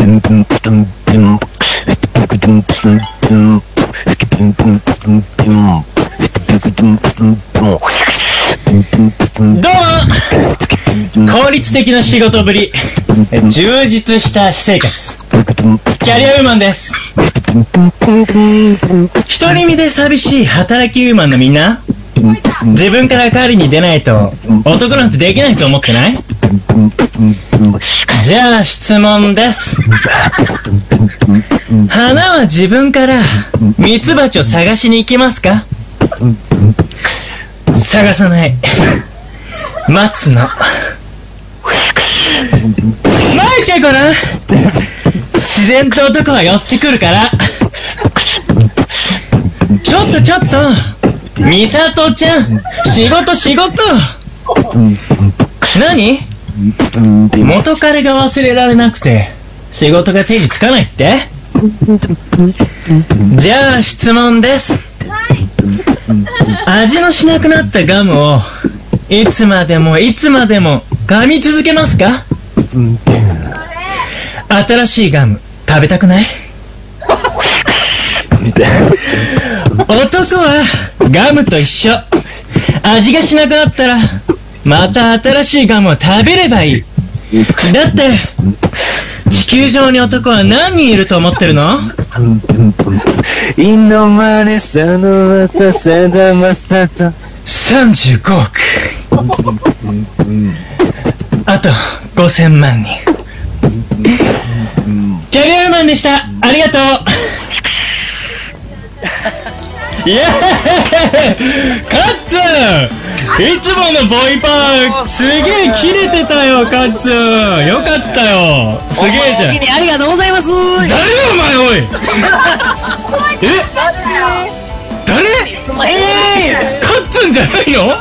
どうも、効率的な仕事ぶり、充実した私生活、キャリアウーマンです。独り身で寂しい働きウーマンのみんな、自分から狩りに出ないと男なんてできないと思ってない？じゃあ質問です。花は自分からミツバチを探しに行きますか？探さない。待つの。マイちゃんかな？自然と男は寄ってくるから。ちょっとミサトちゃん、仕事。何？元彼が忘れられなくて仕事が手につかないって？じゃあ質問です。味のしなくなったガムをいつまでも噛み続けますか？新しいガム食べたくない？男はガムと一緒。味がしなくなったらまた新しいガムを食べればいい。だって地球上に男は何人いると思ってるの？35億。あと5000万人。キャリアウーマンでした。ありがとう。イエーイ。カッツン、いつものボイパーすげえキレてたよ。カッツンよかったよ。すげえじゃん。 ありがとうございます。 誰よお前。おい誰？カッツンじゃないの？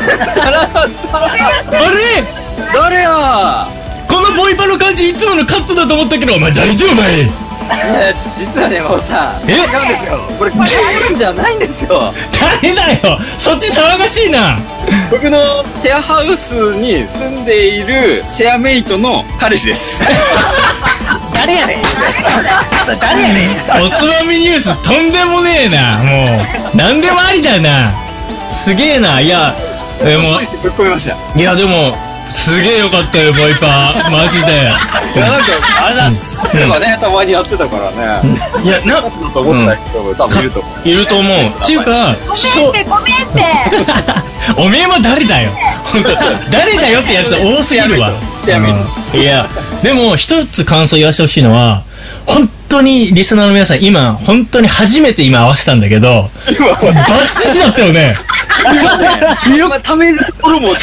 あれ誰や？ このボイパの感じいつものカッツンだと思ったけど、お前誰じゃお前。 実はね、もうさ、違うんですよ。これカッツンじゃないんですよ。 誰だよ。そっち騒がしいな。 僕のシェアハウスに住んでいるシェアメイトの彼氏です。誰やねん。それ誰やねん。 おつまみニュースとんでもねえな。もう何でもありだな。すげえな。いやでもぶっ込みました。 いやでもすげえよかったよボイパーマジで。 いやなんかあれだっす。今ねたまにやってたからね。 いやなと思った人も多分いると思う。 いると思う。っていうかごめんっておめえも誰だよ。本当誰だよってやつ多すぎるわ。いやでも一つ感想言わせてほしいのは、本当にリスナーの皆さん今本当に初めて今合わせたんだけど、バッチリだったよね。 今貯めるところも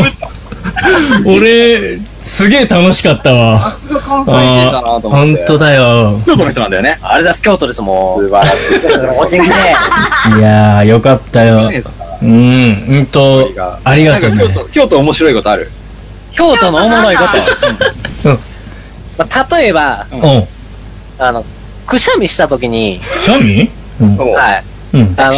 俺すげえ楽しかったわ。 さすが関西人だなと思って。 本当だよ。 京都の人なんだよね。 あれだす、京都ですもん。 素晴らしい。 おちんきね。 いやーよかったよ。ありがとうね。 京都面白いことある？ 京都のおもろいこと。例えば、くしゃみしたときに、 くしゃみ？ はい。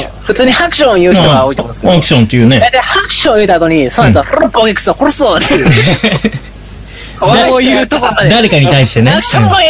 普通にハクション言う人が多いと思うんですけど。 ハクションっていうね。 で、ハクション言うた後に、その後、フルポゲクソ殺そうっていう。そういうとこまで。 誰かに対してね。 ハクションポ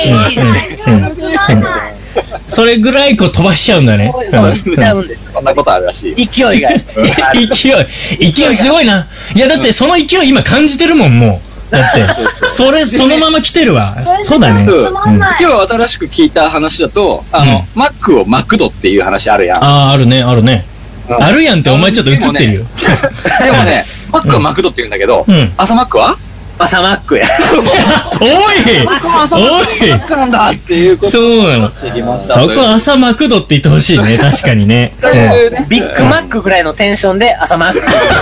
それぐらいこう飛ばしちゃうんだね。 そう、ちゃうんです。 そんなことあるらしい。 勢いが。 勢いすごいな。いやだってその勢い今感じてるもん、もう。だってそれそのまま来てるわ。そうだね。 今日新しく聞いた話だと、マックをマクドっていう話あるやん。 あるね。あるやんってお前ちょっと映ってるよ。 でもね、マックはマクドって言うんだけど、朝マックは朝マックや。 おい朝マックなんだっていうことそうなの。そこ朝マクドって言ってほしいね。確かにね。 ビッグマックぐらいのテンションで朝マック。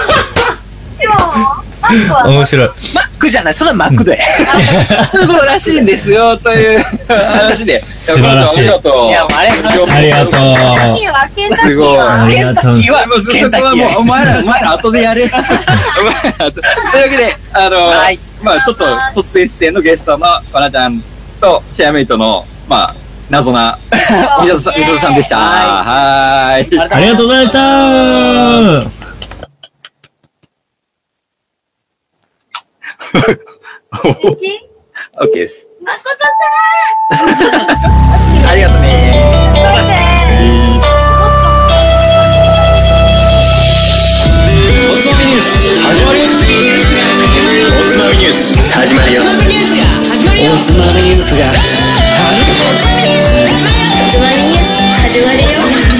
面白い。 マックじゃない、それはマクドや。 そうらしいんですよという話で。 素晴らしい。 いや、ありがとう。 すごい。 ありがとう。 そこはもうお前ら後でやれ。というわけでまあちょっと突然出演のゲストのかなちゃんとシェアメイトの謎なみさとさんでした。はい。 ありがとうございました。 OK です。 誠さんありがとね。おつまみニュース始まるよ。おつまみニュース始まるよ。おつまみニュースが始まるよ。おつまみニュースが始まるよ。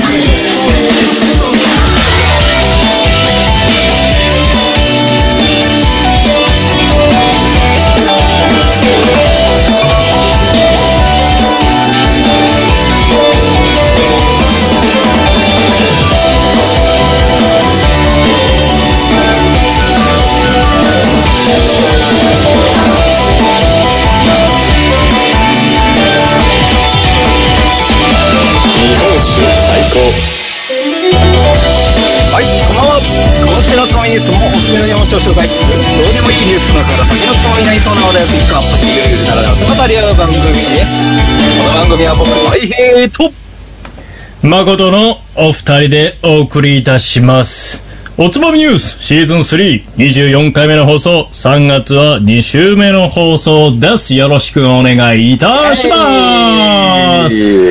はい、こんばんは。今週のつまみニュースもおすすめの日本酒を紹介しつつ、どうでもいいニュースの中から先のつまみになりそうな話題をピックアップしてゆるゆるならならと語り合う番組です。この番組は僕、たい平と誠のお二人でお送りいたします。おつまみニュースシーズン3、24回目の放送、3月は2週目の放送です。よろしくお願いいたします。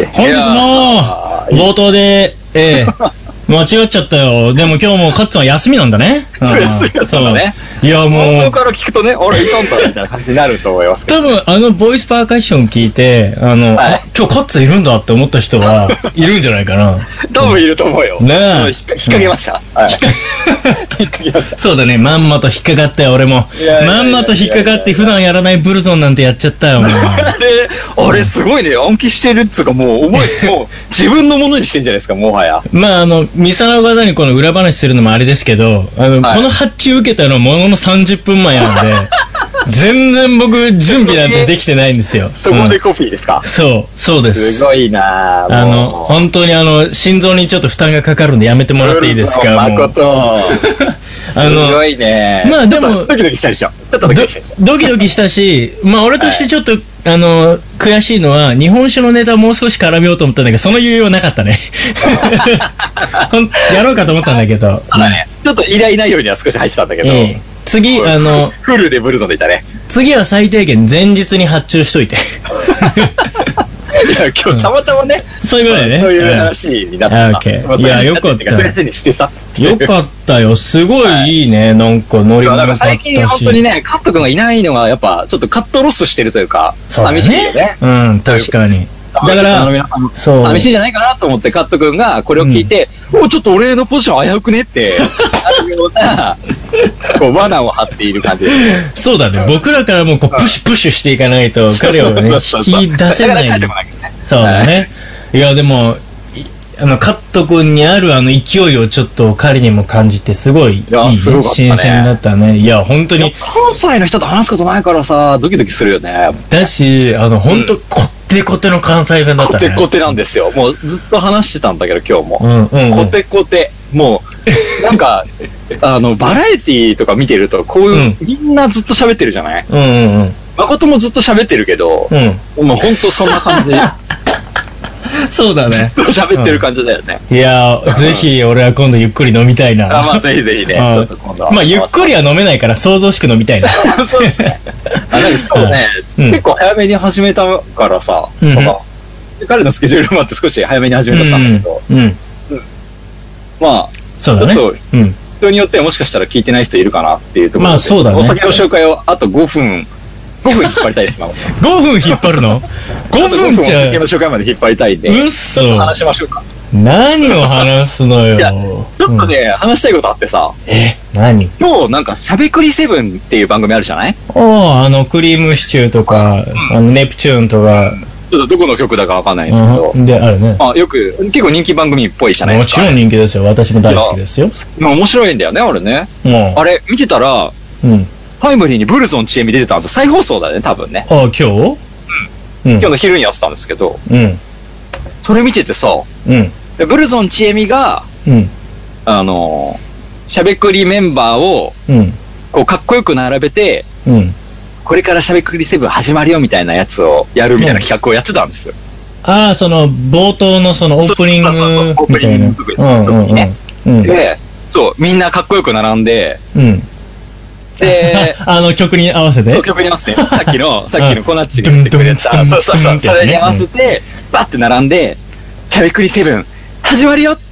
本日の冒頭で、間違っちゃったよ。でも今日もカッツンは休みなんだね。 休みだったんだね。 いやもう。 ここから聞くとね、俺いたんだみたいな感じになると思いますけど。 多分ボイスパーカッション聞いて、あ、今日カッツンいるんだって思った人はいるんじゃないかな。 多分いると思うよ。 ねえ。 引っ掛けました。引っ掛けました。 そうだね、まんまと引っかかったよ、俺も。まんまと引っかかって普段やらないブルゾンなんてやっちゃったよ、もう。 あれすごいね、暗記してるっつうかもう自分のものにしてんじゃないですか、もはや。 まあミサの方にこの裏話するのもあれですけど、この発注受けたのものの30分前なんで、全然僕準備なんてできてないんですよ。 そこでコピーですか？ そうです。 すごいなぁ。 本当に心臓にちょっと負担がかかるんでやめてもらっていいですか？ 誠。すごいね。 まあでも、 ドキドキしたでしょ。ちょっとドキドキしたし、まあ俺としてちょっと、悔しいのは、日本酒のネタをもう少し絡めようと思ったんだけど、その余裕はなかったね。やろうかと思ったんだけど。 ちょっと依頼内容には少し入ってたんだけど。 次、 フルでブルゾンでいたね。 次は最低限前日に発注しといて。 いや、今日たまたまね、 そういうことだよね。 そういう話になってさ。 いや、よかった。 そういう話にしてさ。 よかったよ。すごいいいね。なんかノリも良かったし。 最近本当にね、カット君がいないのが、やっぱ、ちょっとカットロスしてるというか、寂しいよね。 うん、確かに。だから、 寂しいんじゃないかなと思って、カット君がこれを聞いて、ちょっと俺のポジション危うくねって、あるような、罠を張っている感じです。 そうだね。僕らからもプッシュしていかないと、彼をね、引き出せない。そうだね。いや、でも、カット君にある勢いをちょっと彼にも感じて、すごいいいね。新鮮だったね。いや、本当に。 関西の人と話すことないからさ、ドキドキするよね。 だし、本当こってこての関西弁だったね。 こってこてなんですよ。もうずっと話してたんだけど、今日も。こてこて。もう、なんか、バラエティとか見てると、こういう、みんなずっと喋ってるじゃない？誠もずっと喋ってるけど、もう本当そんな感じ。 そうだね。 ずっと喋ってる感じだよね。 いやー、ぜひ俺は今度ゆっくり飲みたいな。 まあぜひぜひね。 まあゆっくりは飲めないから想像しく飲みたいな。 そうですね。なんか今日ね、結構早めに始めたからさ、彼のスケジュールもあって少し早めに始めちゃったんだけど、まあ、ちょっと人によってはもしかしたら聞いてない人いるかなっていうところで、 まあそうだね。 お酒の紹介をあと5分引っ張りたいです、 5分引っ張るの？ 5 分じゃ。 お酒の紹介まで引っ張りたいんで。 うっそ。 話しましょうか。 何を話すのよ。 いや、ちょっとね、話したいことあってさ。 何？ 今日なんか、しゃべくり7っていう番組あるじゃない？ クリームシチューとか、ネプチューンとか。 ちょっとどこの曲だかわかんないんですけど。 で、あるね。 よく、結構人気番組っぽいじゃないですか。 もちろん人気ですよ。私も大好きですよ。 面白いんだよね、俺ね。あれ、見てたら、タイムリーにブルゾンちえみ出てたんですよ。再放送だね、多分ね。 今日？ 今日の昼にやってたんですけど。それ見ててさ、ブルゾンちえみが、しゃべくりメンバーを、こう、かっこよく並べて、これからしゃべくり7始まるよみたいなやつをやるみたいな企画をやってたんですよ。 その、冒頭のそのオープニングみたいな。 で、そう、みんなかっこよく並んで、 で、 曲に合わせて。 そう、曲に合わせて。さっきのコナッチが言ってくれた、そうそうそう、それに合わせて、バッて並んで、しゃべくり7、始まるよって、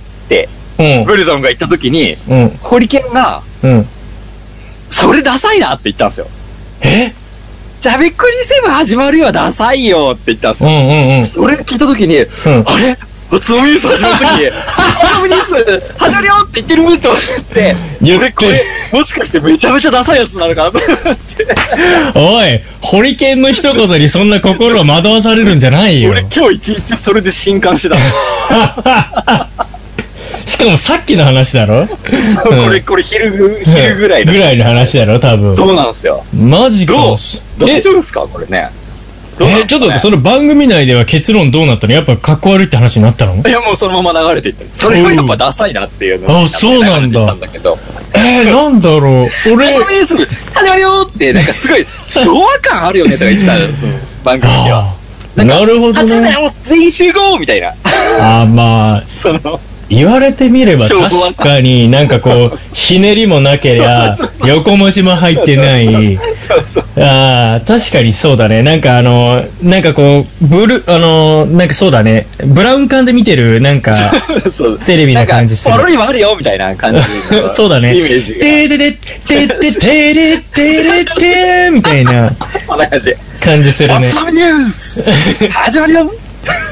ブルゾンが言った時に、ホリケンが、それダサいなって言ったんですよ。しゃべくり7始まるよダサいよって言ったんですよ。それ聞いた時に、あれつまみニュース始まる時に、つまみニュース始まるよって言ってると思って、俺これ、もしかしてめちゃめちゃダサいやつなのかなと思って。 おい、ホリケンの一言にそんな心を惑わされるんじゃないよ。 俺今日一日それで震撼してたの。 しかもさっきの話だろ。 これ昼ぐらいの話だろ、多分。 そうなんですよ。 マジか。 大丈夫ですかこれね。 ちょっと待って、その番組内では結論どうなったの？やっぱかっこ悪いって話になったの？ いや、もうそのまま流れていった。それはやっぱダサいなっていうのあ、そうなんだ。 なんだけど。 なんだろう。俺。 始まるよって、なんかすごい、昭和感あるよねとか言ってた番組では。 なるほどね。 8時だよ全員集合みたいな。 まあ。言われてみれば確かになんかこう、ひねりもなけりゃ、横文字も入ってない。確かにそうだね。なんかなんかこう、なんかそうだね。ブラウン管で見てる、なんか、テレビな感じする。 ポロリもあるよみたいな感じ。 そうだね。てでで、てでてれてれてみたいな。 そんな感じ。 感じするね。 朝ニュース始まるよ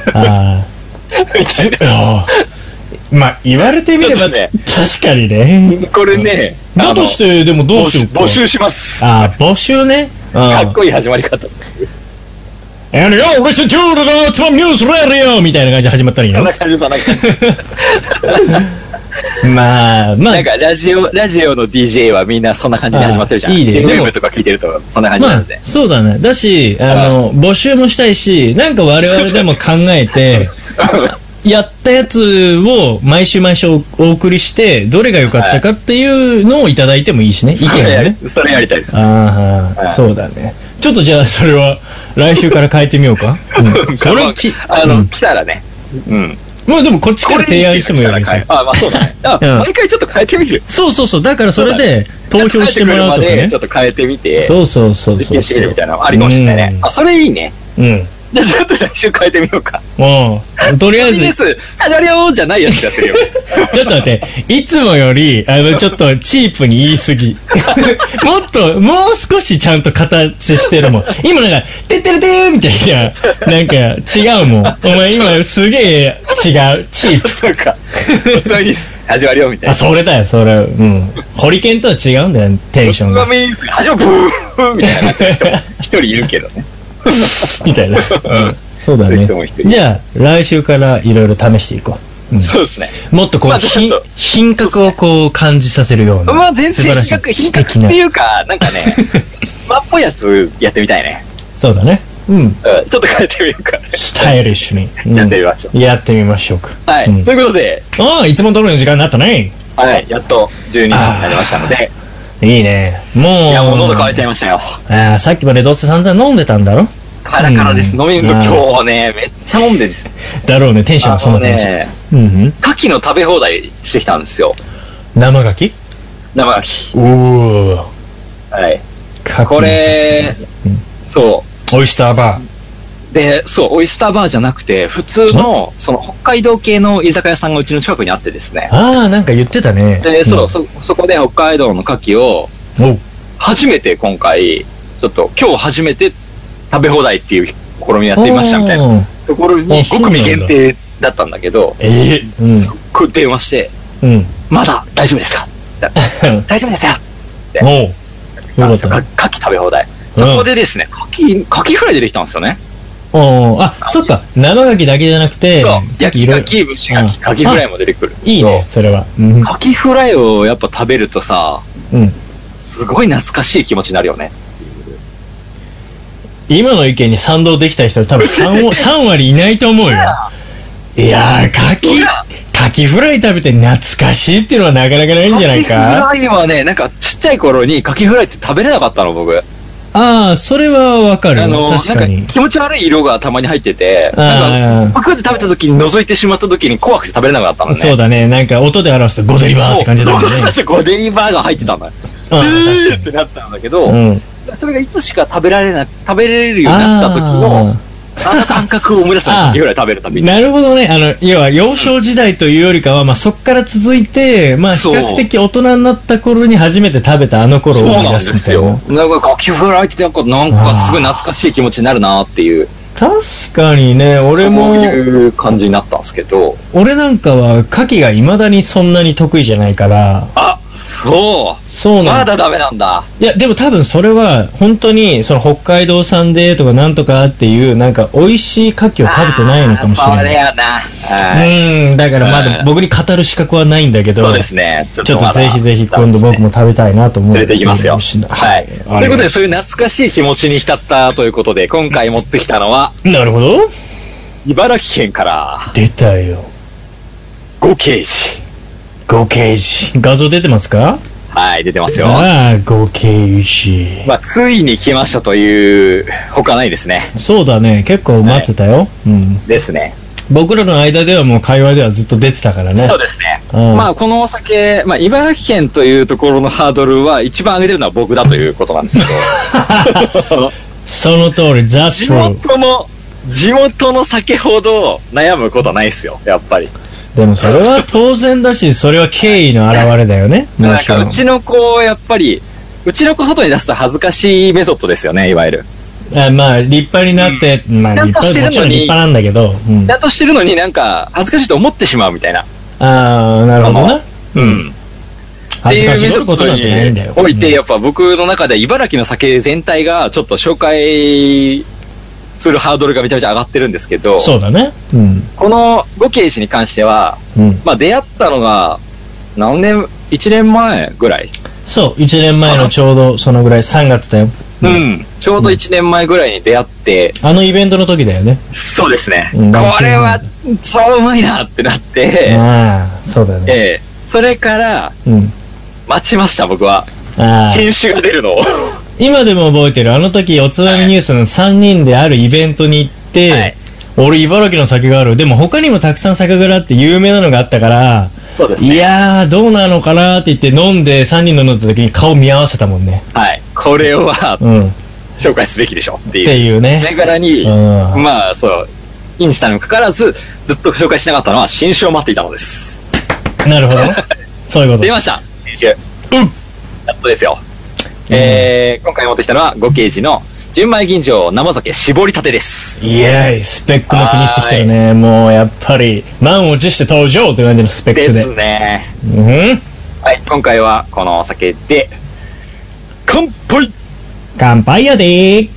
まあ、言われてみれば、ね、確かにね。 これね。 だとして、でもどうしようか。 募集します。 募集ね。 かっこいい始まり方。 And yo, listen to the Tom News Radio! みたいな感じで始まったらいいの？ そんな感じ、そんな感じ。 まあ。 なんか、ラジオの DJ はみんなそんな感じで始まってるじゃん。いいね。FM とか聞いてると、そんな感じなんで。 そうだね。だし、募集もしたいし、なんか我々でも考えて、やったやつを毎週お送りして、どれが良かったかっていうのをいただいてもいいしね。意見をね。 それやりたいです。 そうだね。ちょっとじゃあそれは来週から変えてみようか。それ来たらね。 まあでもこっちから提案してもいいし。 まあそうだね。毎回ちょっと変えてみる。 そう。だからそれで投票してもらうとかね。 ちょっと変えてみて。 そう。 やってみるみたいなのありかもしれないね。それいいね。じゃあちょっと来週変えてみようか。 とりあえず。 始まるよじゃないやつやってるよ。 ちょっと待って、いつもより、ちょっとチープに言い過ぎ。もう少しちゃんと形してるもん。今なんか、てってるてーみたいな、なんか違うもん。お前今すげえ違う、チープ。 そうか。普通に始まるよみたいな。 それだよ、それ。ホリケンとは違うんだよ、テンションが。 始まるブーみたいな一人いるけどね。 みたいな。そうだね。じゃあ、来週からいろいろ試していこう。 そうですね。 もっとこう、品格をこう感じさせるような。 まあ全然品格っていうか、なんかね、っぽいやつやってみたいね。 そうだね。ちょっと変えてみようか。 スタイリッシュに。 やってみましょう。 やってみましょうか。 はい。ということで。 いつも通りの時間になったね。 はい。やっと12時になりましたので。 いいね。もう。 いや、もう喉乾いちゃいましたよ。 さっきまでどうせ散々飲んでたんだろ？ カラカラです。飲み物今日ね、めっちゃ飲んでです。 だろうね、テンションそんな感じ。 牡蠣の食べ放題してきたんですよ。 生牡蠣？ 生牡蠣。はい。これ、そう。 オイスターバー。で、そう、オイスターバーじゃなくて、普通の、その北海道系の居酒屋さんがうちの近くにあってですね。 なんか言ってたね。 で、そこで北海道の牡蠣を、初めて今回、今日初めて食べ放題っていう試みやってみましたみたいなところに5組限定だったんだけど、すっごい電話して、まだ大丈夫ですか？大丈夫ですよって牡蠣食べ放題。そこでですね、牡蠣フライ出てきたんですよね。 そっか、生牡蠣だけじゃなくて、 焼き牡蠣、蒸し牡蠣、牡蠣フライも出てくる。 いいね、それは。 牡蠣フライをやっぱ食べるとさ、すごい懐かしい気持ちになるよね。 今の意見に賛同できた人は多分3割いないと思うよ。いやー、牡蠣フライ食べて懐かしいっていうのはなかなかないんじゃないか？ 牡蠣フライはね、なんかちっちゃい頃に牡蠣フライって食べれなかったの、僕。 それはわかる。確かに。 なんか気持ち悪い色がたまに入ってて、なんかパクって食べた時に覗いてしまった時に怖くて食べれなかったのね。 そうだね。なんか音で表すとゴデリバーって感じだもんね。 ゴデリバーが入ってたんだ。 ってなったんだけど、それがいつしか食べれるようになった時の、あの感覚を思い出すの時ぐらい食べるたびに。 なるほどね。要は幼少時代というよりかは、まあそっから続いて、まあ比較的大人になった頃に初めて食べたあの頃を思い出すみたいな。そうなんですよ。 なんかカキフライってなんかすごい懐かしい気持ちになるなっていう。 確かにね、俺も。 そういう感じになったんですけど。 俺なんかはカキが未だにそんなに得意じゃないから。 そうなんまだダメなんだ。 いや、でも多分それは、本当に、その北海道産でとかなんとかっていう、なんか美味しい牡蠣を食べてないのかもしれない。 それやな。 だからまだ僕に語る資格はないんだけど。 そうですね。 ちょっとぜひぜひ今度僕も食べたいなと思う。 連れてきますよ。はい。ということで、そういう懐かしい気持ちに浸ったということで、今回持ってきたのは、 なるほど。 茨城県から。 出たよ。 5ケージ。 5ケージ。画像出てますか？ はい、出てますよ。 ああ、5ケージ。 まあ、ついに来ましたという、他ないですね。 そうだね。結構待ってたよ。 ですね。 僕らの間ではもう会話ではずっと出てたからね。 そうですね。まあ、このお酒、まあ、茨城県というところのハードルは一番上げてるのは僕だということなんですけど。 その通り、 地元の酒ほど悩むことはないですよ、やっぱり。 でもそれは当然だし、それは敬意の表れだよね。 なんかうちの子、やっぱり、うちの子外に出すと恥ずかしいメソッドですよね、いわゆる。 まあ、立派になって、まあ、立派なんだけど。 ちゃんとしてるのになんか、恥ずかしいと思ってしまうみたいな。 ああ、なるほどな。恥ずかしいことなんてないんだよ。 おいて、やっぱ僕の中で茨城の酒全体がちょっと紹介するハードルがめちゃめちゃ上がってるんですけど、 そうだね。 この5ケージに関しては、まあ出会ったのが、1年前ぐらい。 そう、1年前のちょうどそのぐらい、3月だよ。 ちょうど1年前ぐらいに出会って、 あのイベントの時だよね。 そうですね。これは超うまいなってなって、 そうだね。 それから、待ちました、僕は。新酒が出るのを。 今でも覚えてる。あの時、おつまみニュースの3人であるイベントに行って、俺、茨城の酒がある。でも他にもたくさん酒蔵って有名なのがあったから、 そうですね。 いやー、どうなのかなって言って飲んで、3人で飲んだ時に顔見合わせたもんね。 はい。これは、紹介すべきでしょっていう。 っていうね。 だからに、まあ、そう、インしたにもかかわらず、ずっと紹介しなかったのは新酒を待っていたのです。 なるほど。そういうこと。 出ました新酒。やっとですよ。今回持ってきたのは5ケージの純米吟醸生酒絞りたてです。 イエーイ、スペックも気にしてきてるね。もうやっぱり満を持して登場という感じのスペックで。 ですね。はい、今回はこのお酒で乾杯。 乾杯やでー。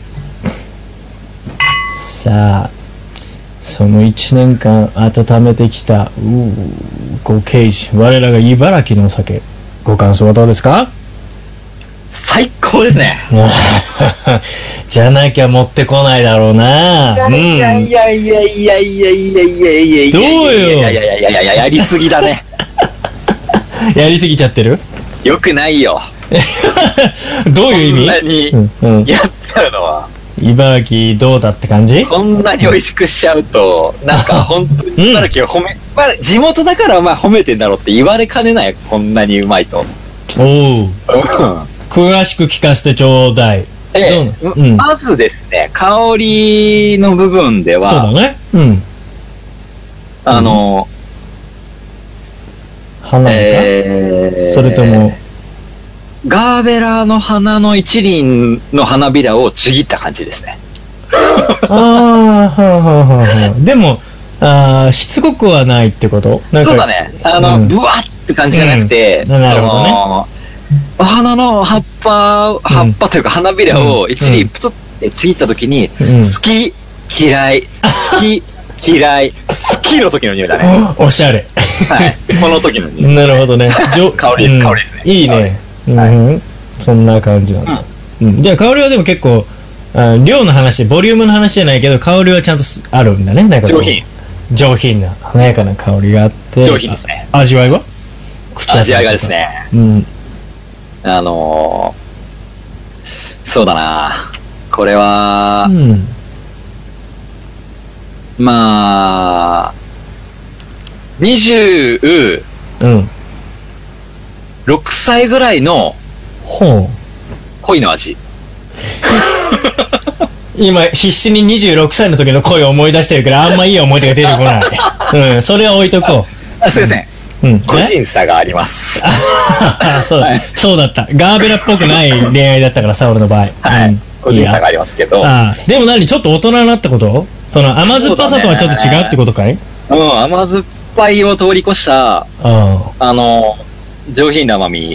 さあ、その1年間温めてきた5ケージ、我らが茨城のお酒、ご感想はどうですか？ 最高ですね。 じゃなきゃ持ってこないだろうな。 いやいやいやいやいやいやいやいやいや。 どうよ。 いやいやいやいややりすぎだね。 やりすぎちゃってる？ よくないよ。 どういう意味？ こんなにやっちゃうのは。 茨城どうだって感じ？ こんなに美味しくしちゃうと、なんか本当に茨城を地元だからまあ褒めてんだろうって言われかねない。こんなにうまいと。 おお。詳しく聞かせてちょうだい。 まずですね、香りの部分では、 そうだね。花か、それとも、 ガーベラの花の一輪の花びらをちぎった感じですね。 でも、しつこくはないってこと？ そうだね。ブワッって感じじゃなくて、 なるほどね。 お花の葉っぱというか花びらを一輪プツってちぎった時に、好き、嫌い、好き、嫌い、好きの時の匂いだね。 おしゃれ。 はい。この時の匂い。 なるほどね。 香りです、香りですね。 いいね。そんな感じなんだ。じゃあ香りはでも結構、量の話、ボリュームの話じゃないけど、香りはちゃんとあるんだね。なんか上品な、華やかな香りがあって。 上品ですね。 味わいは？ 味わいがですね。そうだな。これは、まあ、26歳ぐらいのほう。 恋の味。 今、必死に26歳の時の恋を思い出してるから、あんまいい思い出が出てこない。うん、それは置いとこう。すいません。 うん。 個人差があります。 そう、はい、そうだった。ガーベラっぽくない恋愛だったからさ、俺の場合。 はい。うん、個人差がありますけど。 でも何ちょっと大人になったこと？その甘酸っぱさとはちょっと違うってことかい？ うん、甘酸っぱいを通り越した、上品な甘み。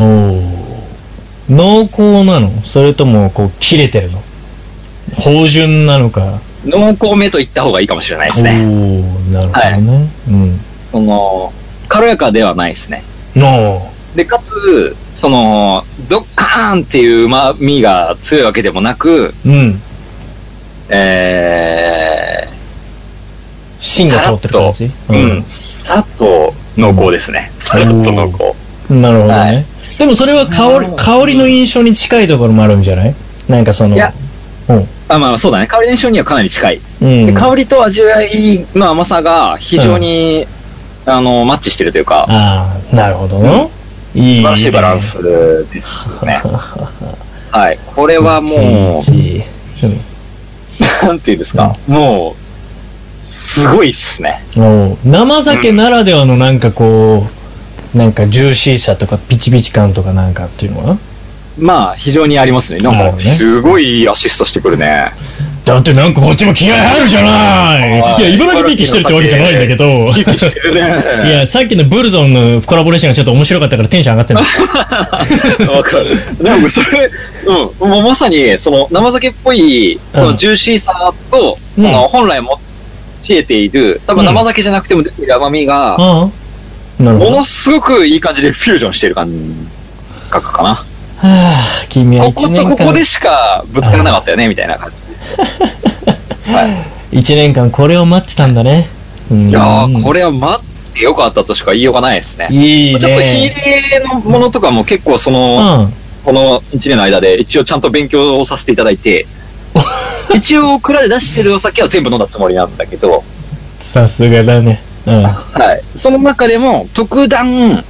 濃厚なの？それとも、こう、切れてるの？芳醇なのか。 濃厚めと言った方がいいかもしれないですね。 なるほどね。はい、うん。 軽やかではないですね。で、かつ、ドッカーンっていう旨味が強いわけでもなく、 うん。芯が通ってる感じ？ うん。さっと濃厚ですね。さっと濃厚。 なるほどね。はい、でもそれは香りの印象に近いところもあるんじゃない？なんかいや、まあそうだね。香りの印象にはかなり近い。で香りと味わいの甘さが非常に、マッチしてるというか。 なるほど。 素晴らしいバランスですね。はい。これはもう、なんていうんですか。もう、すごいっすね。 生酒ならではのなんかこう、なんかジューシーさとかピチピチ感とかなんかっていうのは？ まあ、非常にありますね。なんか、すごいアシストしてくるね。 だってなんかこっちも気合入るじゃない。いや、茨城ピーキしてるってわけじゃないんだけど。いや、さっきのブルゾンのコラボレーションがちょっと面白かったからテンション上がってる。 わかる。なんかそれ、もうまさに、生酒っぽい、ジューシーさと、本来も冷えている、多分生酒じゃなくても出ている甘みが、ものすごくいい感じでフュージョンしてる感覚かな。 君は 1年間ここでしかぶつからなかったよねみたいな感じ。 1年間これを待ってたんだね。 いやー、これは待ってよかったとしか言いようがないですね。 いいね。 ちょっと火入れのものとかも結構この1年の間で一応ちゃんと勉強をさせていただいて、一応蔵で出してるお酒は全部飲んだつもりなんだけど。 さすがだね。 はい。その中でも特段、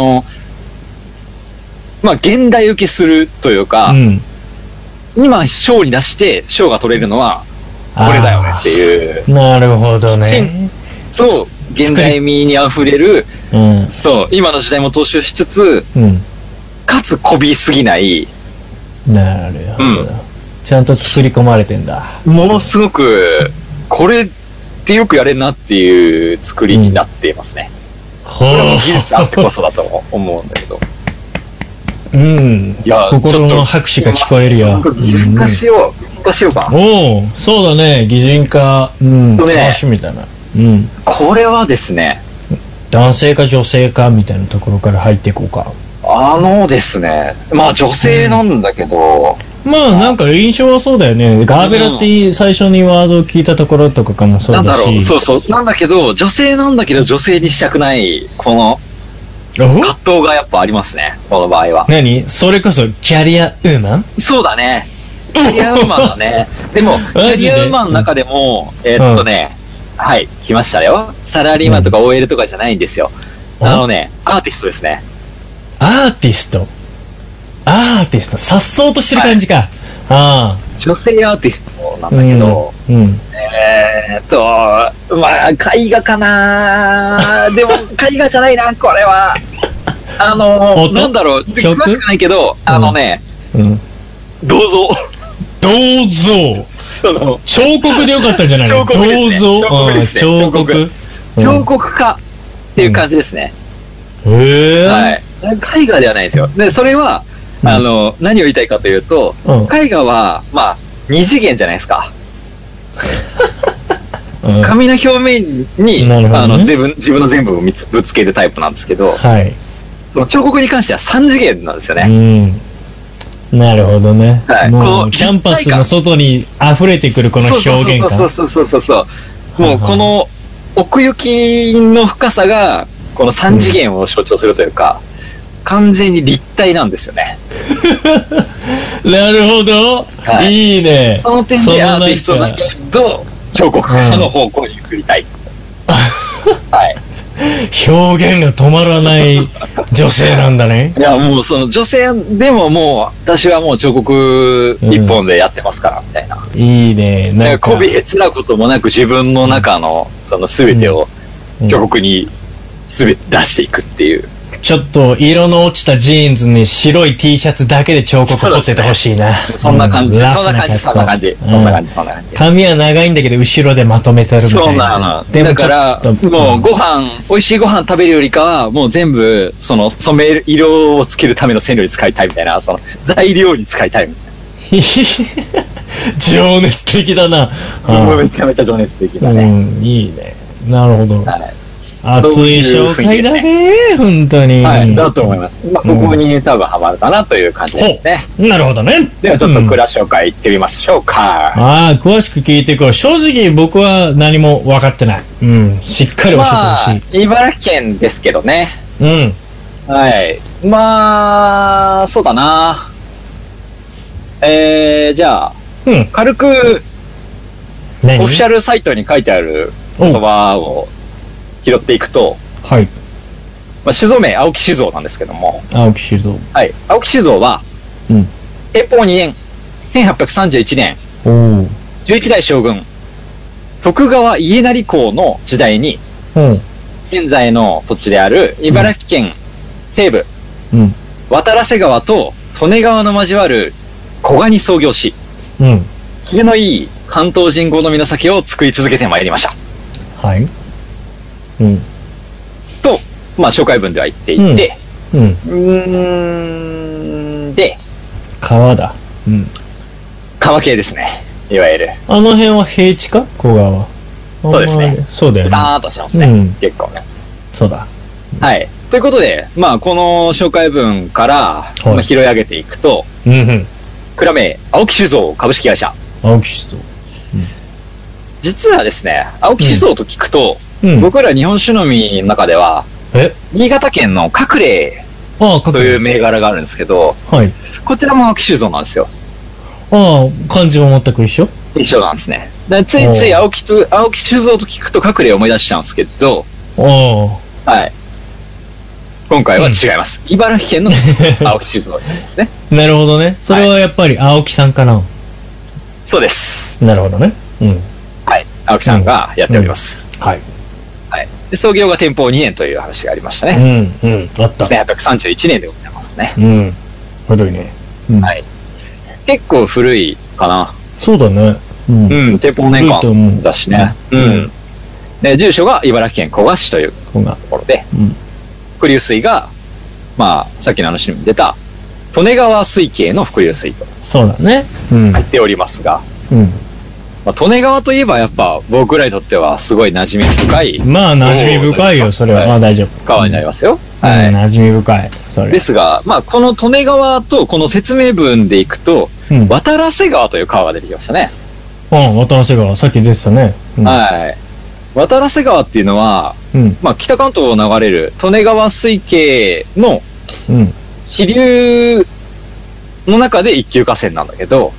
まあ、現代受けするというか、今、賞に出して、賞が取れるのは、これだよねっていう。 なるほどね。 そう、現代味に溢れる、そう、今の時代も踏襲しつつ、かつこびすぎない。 なるほど。ちゃんと作り込まれてんだ。 ものすごく、これってよくやれんなっていう作りになっていますね。これも技術あってこそだと思うんだけど。 いや、心の拍手が聞こえるよ。 擬人化しようか。 そうだね、擬人化、楽しみだな。 これはですね、 男性か女性かみたいなところから入っていこうか。 ですね、まあ女性なんだけど、 まあなんか印象はそうだよね。ガーベラって最初にワードを聞いたところとかかもそうだし。なんだろう、 そう。なんだけど、女性なんだけど女性にしたくない、この、葛藤がやっぱありますね、この場合は。 何？それこそキャリアウーマン？ そうだね。キャリアウーマンだね。でも、キャリアウーマンの中でも、はい、来ましたよ。サラリーマンとか OL とかじゃないんですよ。アーティストですね。 アーティスト、颯爽としてる感じか。 女性アーティストなんだけど、まあ、絵画かなでも、絵画じゃないな、これは。なんだろう、詳しくないけど、銅像。 彫刻でよかったんじゃないの？銅像。彫刻。 彫刻家っていう感じですね。はい。絵画ではないですよ。で、それは、何を言いたいかというと、絵画は、まあ、二次元じゃないですか。紙の表面に、自分の全部をぶつけるタイプなんですけど、その彫刻に関しては3次元なんですよね。 なるほどね。もう、キャンパスの外に溢れてくるこの表現感。 そう。もう、この奥行きの深さが、この3次元を象徴するというか、完全に立体なんですよね。 なるほど。いいね。 その点でアーティストだけど、彫刻家の方向に振りたい。はい。 表現が止まらない女性なんだね。 いや、もうその女性でももう、私はもう彫刻一本でやってますから、みたいな。 いいね。 なんか、こびへつらこともなく自分の中の、その全てを彫刻に全て出していくっていう。 ちょっと色の落ちたジーンズに白い T シャツだけで彫刻彫っててほしいな。 そんな感じ、そんな感じ、そんな感じ、そんな感じ、そんな感じ。 髪は長いんだけど後ろでまとめてるみたいな。 そうなの。だから、もうご飯、美味しいご飯食べるよりかは、もう全部、その染める、色をつけるための染料に使いたいみたいな、その材料に使いたいみたいな。 情熱的だな。 めちゃめちゃ情熱的だね。 いいね。なるほど。熱い紹介だね、本当に。 はい、だと思います。まあ、ここに多分ハマるかなという感じですね。 なるほどね。 ではちょっと蔵紹介いってみましょうか。 ああ、詳しく聞いていこう。正直僕は何も分かってない。しっかり教えてほしい。 茨城県ですけどね。はい。まあ、そうだな。じゃあ、軽く、オフィシャルサイトに書いてある言葉を拾っていくと、 はい。 まあ、酒造名、青木酒造なんですけども。 青木酒造。 はい。青木酒造は、天保2年、1831年、11代将軍、徳川家斉公の時代に、現在の土地である茨城県西部、渡良瀬川と利根川の交わる古賀に創業し、キレのいい関東人好みの酒を作り続けてまいりました。 はい。 と、まあ、紹介文では言っていて、で、 川だ。 川系ですね。いわゆる。 あの辺は平地か古川は。 そうですね。 そうだよね。 バーっとしてますね。結構ね。 そうだ。 はい。ということで、まあ、この紹介文から、拾い上げていくと、蔵名、青木酒造株式会社。 青木酒造。 実はですね、青木酒造と聞くと、僕ら日本酒飲みの中では、新潟県の隠れという銘柄があるんですけど、こちらも青木酒造なんですよ。 漢字も全く一緒なんですね。ついつい青木酒造と聞くと隠れを思い出しちゃうんですけど、はい。今回は違います。茨城県の青木酒造ですね。 なるほどね。それはやっぱり青木さんかな。 そうです。 なるほどね。 はい。青木さんがやっております。 はい。 はい。で、創業が天保2年という話がありましたね。 あった。 1831年でございますね。 古いね。 はい。結構古いかな。 そうだね。 天保年間だしね。で、住所が茨城県古河市というところで、伏流水が、まあ、さっきの話にも出た、利根川水系の伏流水と。 そうだね。 入っておりますが、まあ、利根川といえばやっぱ僕らにとってはすごい馴染み深い。 まあ、馴染み深いよ、それは。まあ、大丈夫。 川になりますよ。 馴染み深い。 ですが、まあ、この利根川とこの説明文でいくと、渡良瀬川という川が出てきましたね。 渡良瀬川、さっき出てたね。 はい。渡良瀬川っていうのは、まあ、北関東を流れる利根川水系の支流の中で一級河川なんだけど、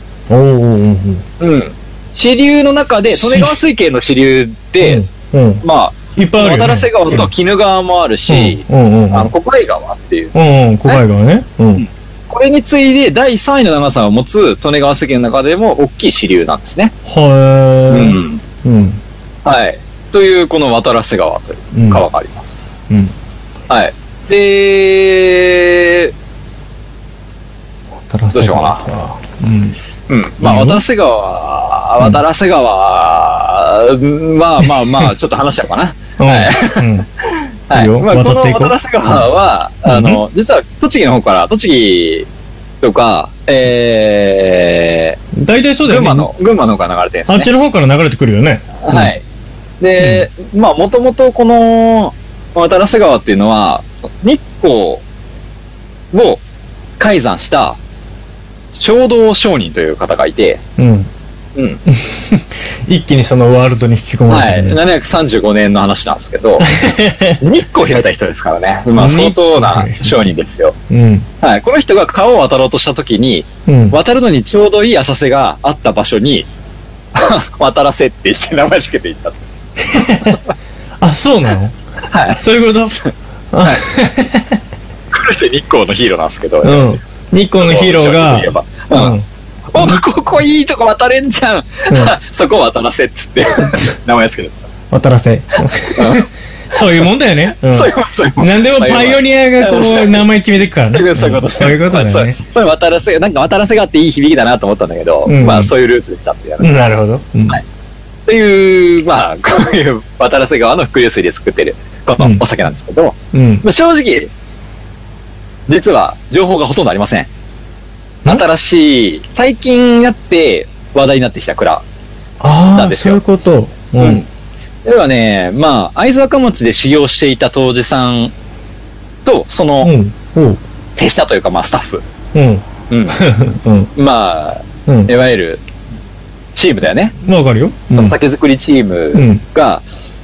支流の中で、利根川水系の支流で、まあ、渡良瀬川と鬼怒川もあるし、小海川っていう。 小海川ね。 これに次いで第3位の長さを持つ利根川水系の中でも大きい支流なんですね。はい。という、この渡良瀬川という川があります。はい。で、どうしようかな。まあ、渡良瀬川、まあ、ちょっと話しちゃうかな。はい。はい。まあ、この渡良瀬川は、実は栃木の方から、栃木とか、 大体そうだよね。 群馬の方から流れてるんですね。 あっちの方から流れてくるよね。 はい。で、まあ、もともとこの渡良瀬川っていうのは、日光を開山した正道上人という方がいて、 一気にそのワールドに引き込まれてる、 ね。はい。735年の話なんですけど、日光を開いた人ですからね。まあ、相当な商人ですよ。はい。この人が川を渡ろうとしたときに、渡るのにちょうどいい浅瀬があった場所に、渡らせって言って名前つけていった。 あ、そうなの？ はい。 そういうことはい。この人日光のヒーローなんですけど、 日光のヒーローが、 お、ここいいとこ渡れんじゃん。そこ渡らせっつって、名前つけてた。渡らせ。そういうもんだよね。 そういうもん。 なんでもパイオニアがこう、名前決めていくからね。 そういうこと。 そういうことだよね。 そういう渡らせ、なんか渡らせがあっていい響きだなと思ったんだけど、まあそういうルーツでしたっていう。 なるほど。 という、まあ、こういう渡らせ川の伏流水で作ってる、このお酒なんですけど、正直、実は情報がほとんどありません。新しい、最近になって話題になってきた蔵なんですよ。 そういうこと。 ではね、まあ、会津若松で修行していた杜氏さんと、その、手下というか、まあ、スタッフ。まあ、いわゆる、チームだよね。 わかるよ。 その酒造りチームが、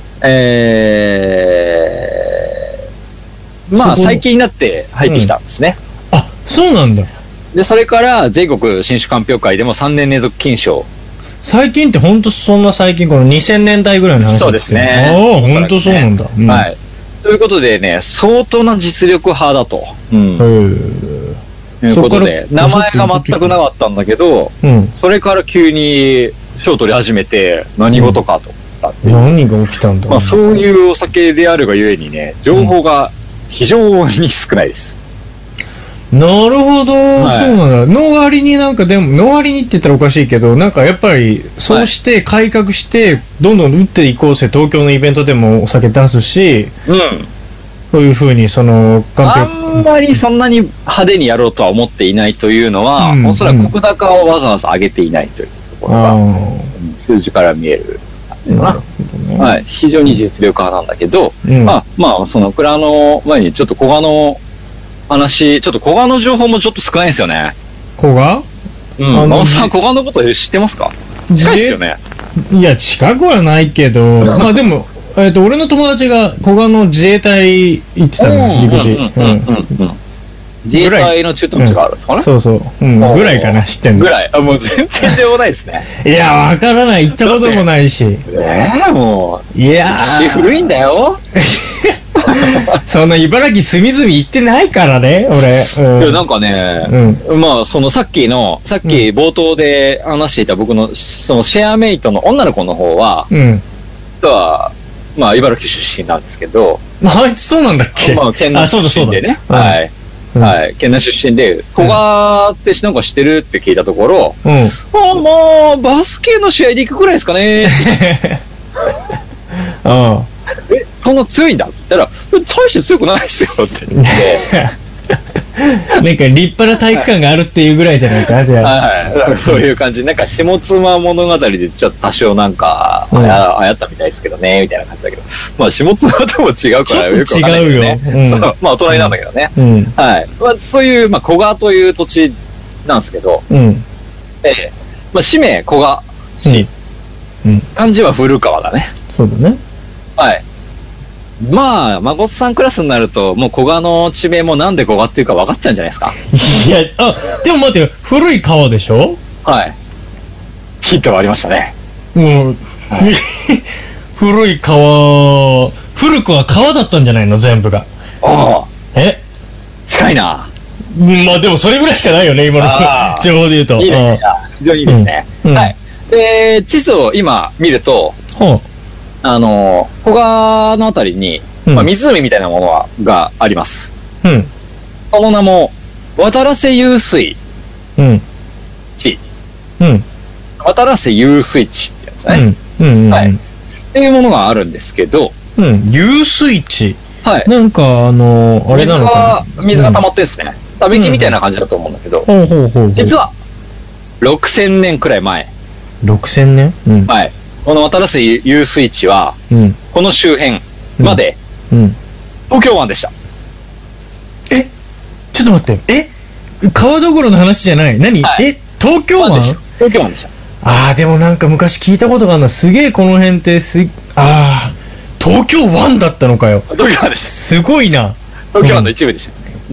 まあ、最近になって入ってきたんですね。 あ、そうなんだ。 で、それから全国新酒鑑評会でも3年連続金賞。 最近って本当そんな最近、この2000年代ぐらいの話そうですね。 ああ、本当そうなんだ。 はい。ということでね、相当な実力派だと。ということで、名前が全くなかったんだけど、それから急に賞を取り始めて、何事かと。 何が起きたんだ。 まあそういうお酒であるがゆえにね、情報が非常に少ないです。 なるほど、そうなんだ。の割になんかでも、の割にって言ったらおかしいけど、なんかやっぱり、そうして改革して、どんどん打っていこうぜ、東京のイベントでもお酒出すし、そういうふうに、その、 あんまりそんなに派手にやろうとは思っていないというのは、おそらく石高をわざわざ上げていないというところが、数字から見える感じかな。はい。非常に実力派なんだけど、まあ、その蔵の前にちょっと古賀の話、ちょっと古賀の情報もちょっと少ないんですよね。 古賀？ 真央さん、古賀のこと知ってますか？近いですよね。 いや、近くはないけど、まあでも、俺の友達が古賀の自衛隊行ってたの、陸自。 自衛隊の中途地があるんですかね？ そうそう。ぐらいかな、知ってんの。 ぐらい。もう全然情報ないですね。 いや、わからない。行ったこともないし。 もう。 いやー。古いんだよ。 そんな茨城隅々行ってないからね、俺。 いや、なんかね、まあ、そのさっき冒頭で話していた僕の、そのシェアメイトの女の子の方は、まあ、茨城出身なんですけど。 あいつそうなんだっけ？ まあ、県南出身でね。はい。はい。県南出身で、古賀ってなんか知ってるって聞いたところ、まあ、バスケの試合で行くくらいですかねってそんな強いんだって言ったら、大して強くないですよって言って。 なんか立派な体育館があるっていうぐらいじゃないか、じゃあ。 はい。そういう感じ。なんか、下妻物語でちょっと多少なんか、流行ったみたいですけどね、みたいな感じだけど。まあ、下妻とも違うからよくわかんないけどね。そう。まあ、お隣なんだけどね。はい。まあ、そういう、まあ、古賀という土地なんですけど、まあ、氏名古賀氏。漢字は古川だね。 そうだね。 はい。まあ、誠さんクラスになると、もう古賀の地名もなんで古賀っていうか分かっちゃうんじゃないですか。 いや、でも待ってよ、古い川でしょ？ はい。ヒントはありましたね。 もう、古い川、古くは川だったんじゃないの？全部が。 ああ。近いな。 まあでもそれぐらいしかないよね、今の情報で言うと。 いいね。非常にいいですね。はい。地図を今見ると、古賀のあたりに、まあ、湖みたいなものがあります。その名も、渡良瀬遊水地。渡良瀬遊水地ってやつね。はい。っていうものがあるんですけど、 遊水地。 はい。 なんか、あれなのかな。水が溜まってんですね。旅木みたいな感じだと思うんだけど、実は、6000年くらい前。 6000年？ はい。この渡良瀬遊水地は、この周辺まで、東京湾でした。 ちょっと待って。川どころの話じゃない。何？東京湾？ 東京湾でした。 でもなんか昔聞いたことがあるな。すげえこの辺って東京湾だったのかよ。 東京湾でした。 すごいな。 東京湾の一部でした。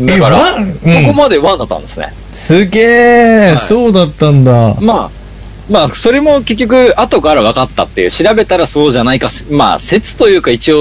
だから、ここまで湾だったんですね。 すげえ、そうだったんだ。 まあ、それも結局、後から分かったっていう、調べたらそうじゃないか、まあ、説というか一応、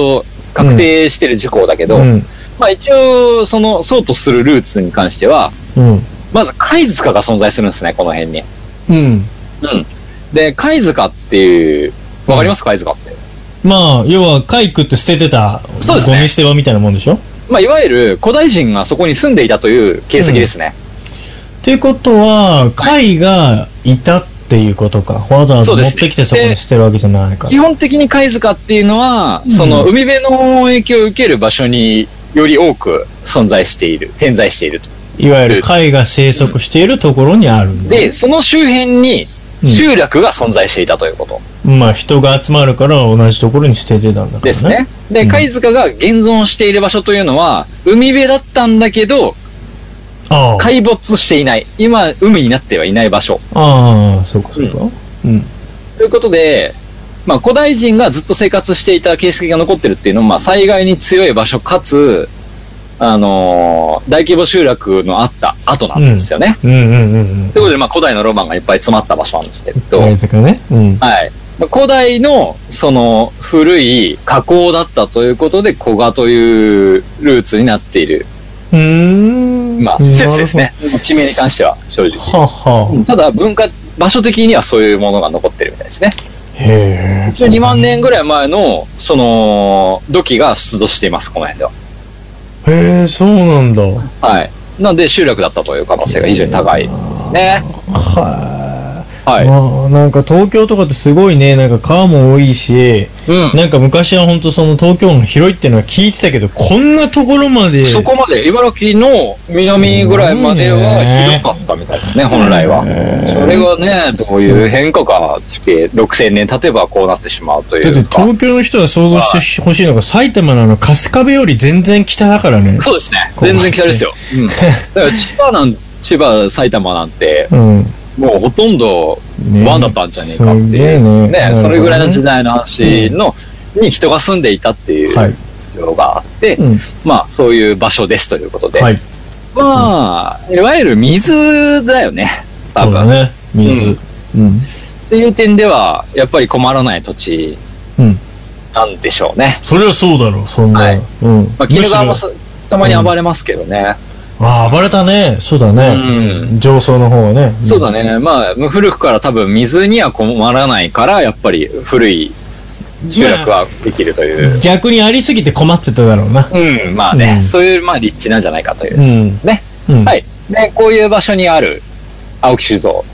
確定してる事項だけど、まあ一応、そうとするルーツに関しては、まず貝塚が存在するんですね、この辺に。で、貝塚っていう、わかります貝塚って。 まあ、要は貝食って捨ててた、ゴミ捨て場みたいなもんでしょ。 まあ、いわゆる古代人がそこに住んでいたという形跡ですね。 っていうことは、貝がいたっていうことか。わざわざ持ってきてそこに捨てるわけじゃないから。 基本的に貝塚っていうのは、その海辺の影響を受ける場所により多く存在している、点在していると。 いわゆる貝が生息しているところにあるんだ。 で、その周辺に集落が存在していたということ。 まあ人が集まるから同じところに捨ててたんだからね。 ですね。で、貝塚が現存している場所というのは、海辺だったんだけど、壊没していない。今、海になってはいない場所。 ああ、そうかそうか。 ということで、まあ古代人がずっと生活していた形跡が残ってるっていうのは、まあ災害に強い場所かつ、大規模集落のあった後なんですよね。ということで、まあ古代のロマンがいっぱい詰まった場所なんですけど。 貝塚ね。 はい。古代の、古い河口だったということで、古河というルーツになっている。まあ、説ですね。地名に関しては、正直。ただ、場所的にはそういうものが残ってるみたいですね。 へぇ2万年ぐらい前の、土器が出土しています、この辺では。 へぇそうなんだ。 はい。なので、集落だったという可能性が非常に高いですね。はい。 なんか東京とかってすごいね、なんか川も多いし、なんか昔は本当東京の広いっていうのは聞いてたけど、こんなところまで。 そこまで、茨城の南ぐらいまでは広かったみたいですね、本来は。それがね、どういう変化か、地形6000年経てばこうなってしまうというか。 だって東京の人が想像してほしいのが、埼玉の春日部より全然北だからね。 そうですね。全然北ですよ。だから千葉、埼玉なんて、もうほとんど湾だったんじゃねえかっていうね、それぐらいの時代の話に人が住んでいたっていうのがあって、まあそういう場所ですということで、まあいわゆる水だよね、多分。 そうだね、水。 っていう点ではやっぱり困らない土地なんでしょうね。 それはそうだろう、そんな。まあ鬼怒川もたまに暴れますけどね。 暴れたね。そうだね。上層の方はね。 そうだね。まあ、古くから多分水には困らないから、やっぱり古い集落はできるという。 逆にありすぎて困ってただろうな。 まあね。そういう、まあ、立地なんじゃないかというですね。はい。で、こういう場所にある青木酒造。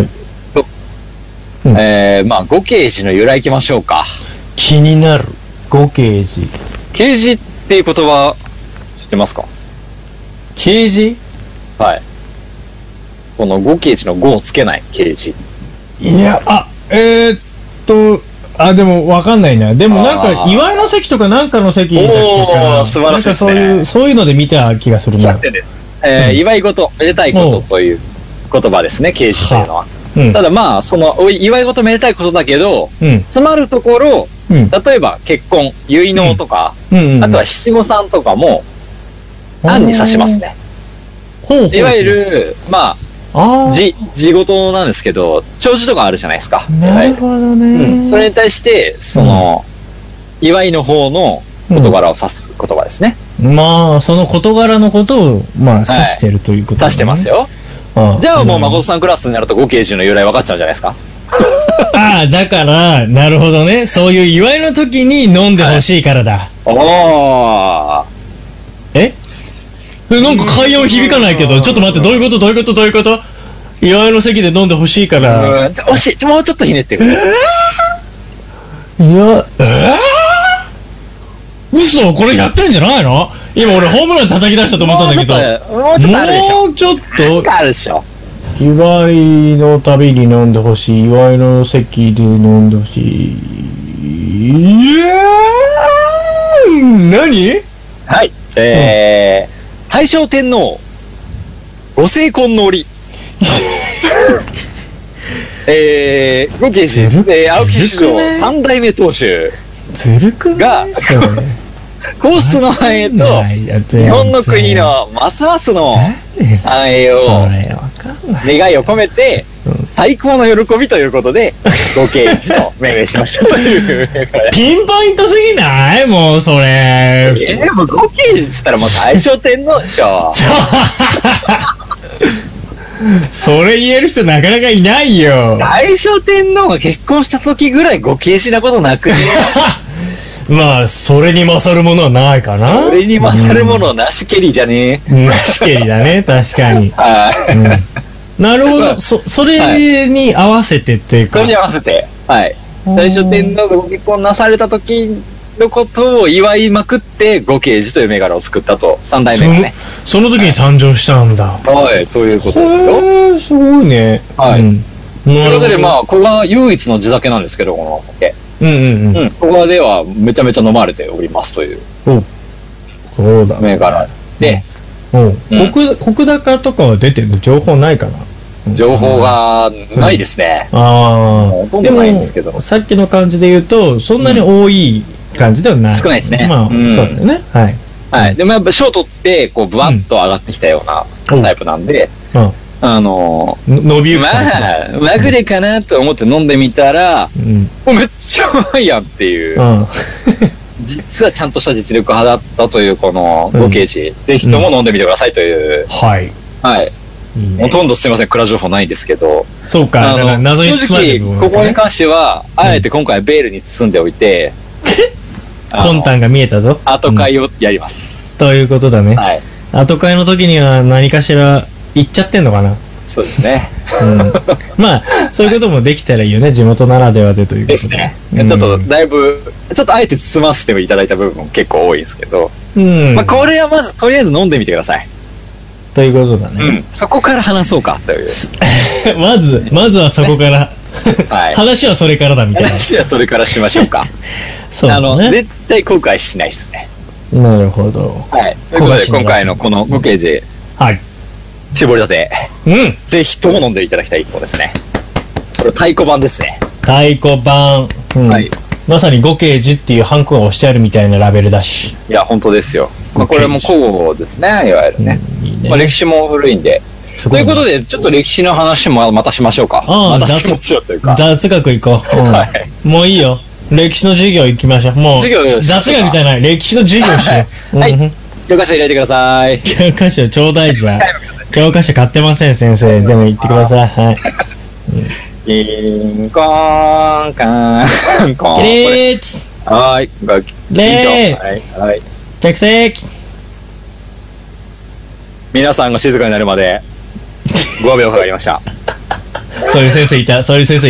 まあ、五景寺の由来いきましょうか。 気になる。五景寺。 景寺っていう言葉、知ってますか？ 啓示？ はい。この五啓示の5をつけない啓示。 いや、でもわかんないな。でもなんか、祝いの席とかなんかの席だっけか。 素晴らしいですね。 なんかそういうので見た気がするな。 祝い事、めでたいことという言葉ですね、啓示というのは。ただまあ、祝い事めでたいことだけど、詰まるところ、例えば結婚、結納とか、あとは七五三とかも、案に指しますね。いわゆる、まあ、地事なんですけど、弔辞とかあるじゃないですか。 なるほどね。 それに対して、祝いの方の事柄を指す言葉ですね。 まあ、その事柄のことを、まあ、指してるということ指してますよ。じゃあもう、誠さんクラスになると五啓示の由来分かっちゃうんじゃないですか。 だから、なるほどね。そういう祝いの時に飲んでほしいからだ。なんか会話響かないけど、ちょっと待って、どういうこと祝いの席で飲んでほしいから。 もうちょっとひねってくれ。 嘘？これやってんじゃないの？今俺ホームラン叩き出したと思ったんだけど。 もうちょっとあるでしょ。 もうちょっとあるでしょ。 祝いの旅に飲んでほしい。祝いの席で飲んでほしい。何？ はい。大正天皇ご成婚の折五啓示青木酒造3代目当主が皇室の繁栄と日本の国のますますの繁栄を願いを込めて最高の喜びということで、ご慶事と命名しましたという。 ピンポイントすぎないもう、それ。 もうご慶事っつったらもう大正天皇でしょ。 それ言える人なかなかいないよ。 大正天皇が結婚した時ぐらいご慶事なことなくね。 まあ、それに勝るものはないかな。 それに勝るものなしけりじゃねえ。 なしけりだね、確かに。 はい。 なるほど。それに合わせてっていうか。 それに合わせて、はい。大正天皇がご結婚なされた時のことを祝いまくって、ご慶事という銘柄を作ったと、三代目がね。 その時に誕生したんだ。 はい、ということですよ。 すごいね。 はい。ということで、まあ、ここが唯一の地酒なんですけど、このお酒。ここではめちゃめちゃ飲まれておりますという。 そうだ。 銘柄で。 国高とかは出てる情報ないかな。 情報がないですね。 ほとんどないんですけど。 さっきの感じで言うと、そんなに多い感じではない。 少ないですね。 まあ、そうだよね。はい。 はい。でもやっぱ賞取って、こう、ブワッと上がってきたようなタイプなんで、伸びゆくタイプ。まぐれかなと思って飲んでみたら、もうめっちゃうまいやんっていう。実はちゃんとした実力派だったというこのご慶事、ぜひとも飲んでみてくださいという。 はい。 はい。ほとんどすいません、蔵情報ないんですけど。 そうか、謎に包まれてる正直、ここに関しては、あえて今回ベールに包んでおいて、 魂胆が見えたぞ。 後会をやります。 ということだね。 はい。 後会の時には何かしら言っちゃってんのかな。 そうですね。 まあ、そういうこともできたらいいよね、地元ならではでということで。 ですね。ちょっと、だいぶ、ちょっとあえて包ませていただいた部分も結構多いですけど、まあ、これはまず、とりあえず飲んでみてください。 ということだね。 そこから話そうか、という。 まずはそこから。話はそれからだみたいな。 話はそれからしましょうか。 そうね。 絶対後悔しないですね。 なるほど。 はい。ということで、今回のこのご慶事。 はい。 絞りたて。ぜひとも飲んでいただきたい一個ですね。これ太鼓判ですね。 太鼓判。はい。まさにご慶事っていうハンコが押してあるみたいなラベルだし。 いや、本当ですよ。これも古語ですね、いわゆるね。まあ歴史も古いんで。ということで、ちょっと歴史の話もまたしましょうか。またしましょうというか。 雑学行こう。もういいよ。歴史の授業行きましょう。もう、雑学じゃない。歴史の授業しよう。 はい。教科書入れてください。 教科書ちょうだいじゃん。教科書買ってません、先生。でも言ってください。はい。 キンコーンカーンコーン。 起立。 はい。 礼。 はい。 着席。 皆さんが静かになるまで5秒かかりました。 そういう先生いた。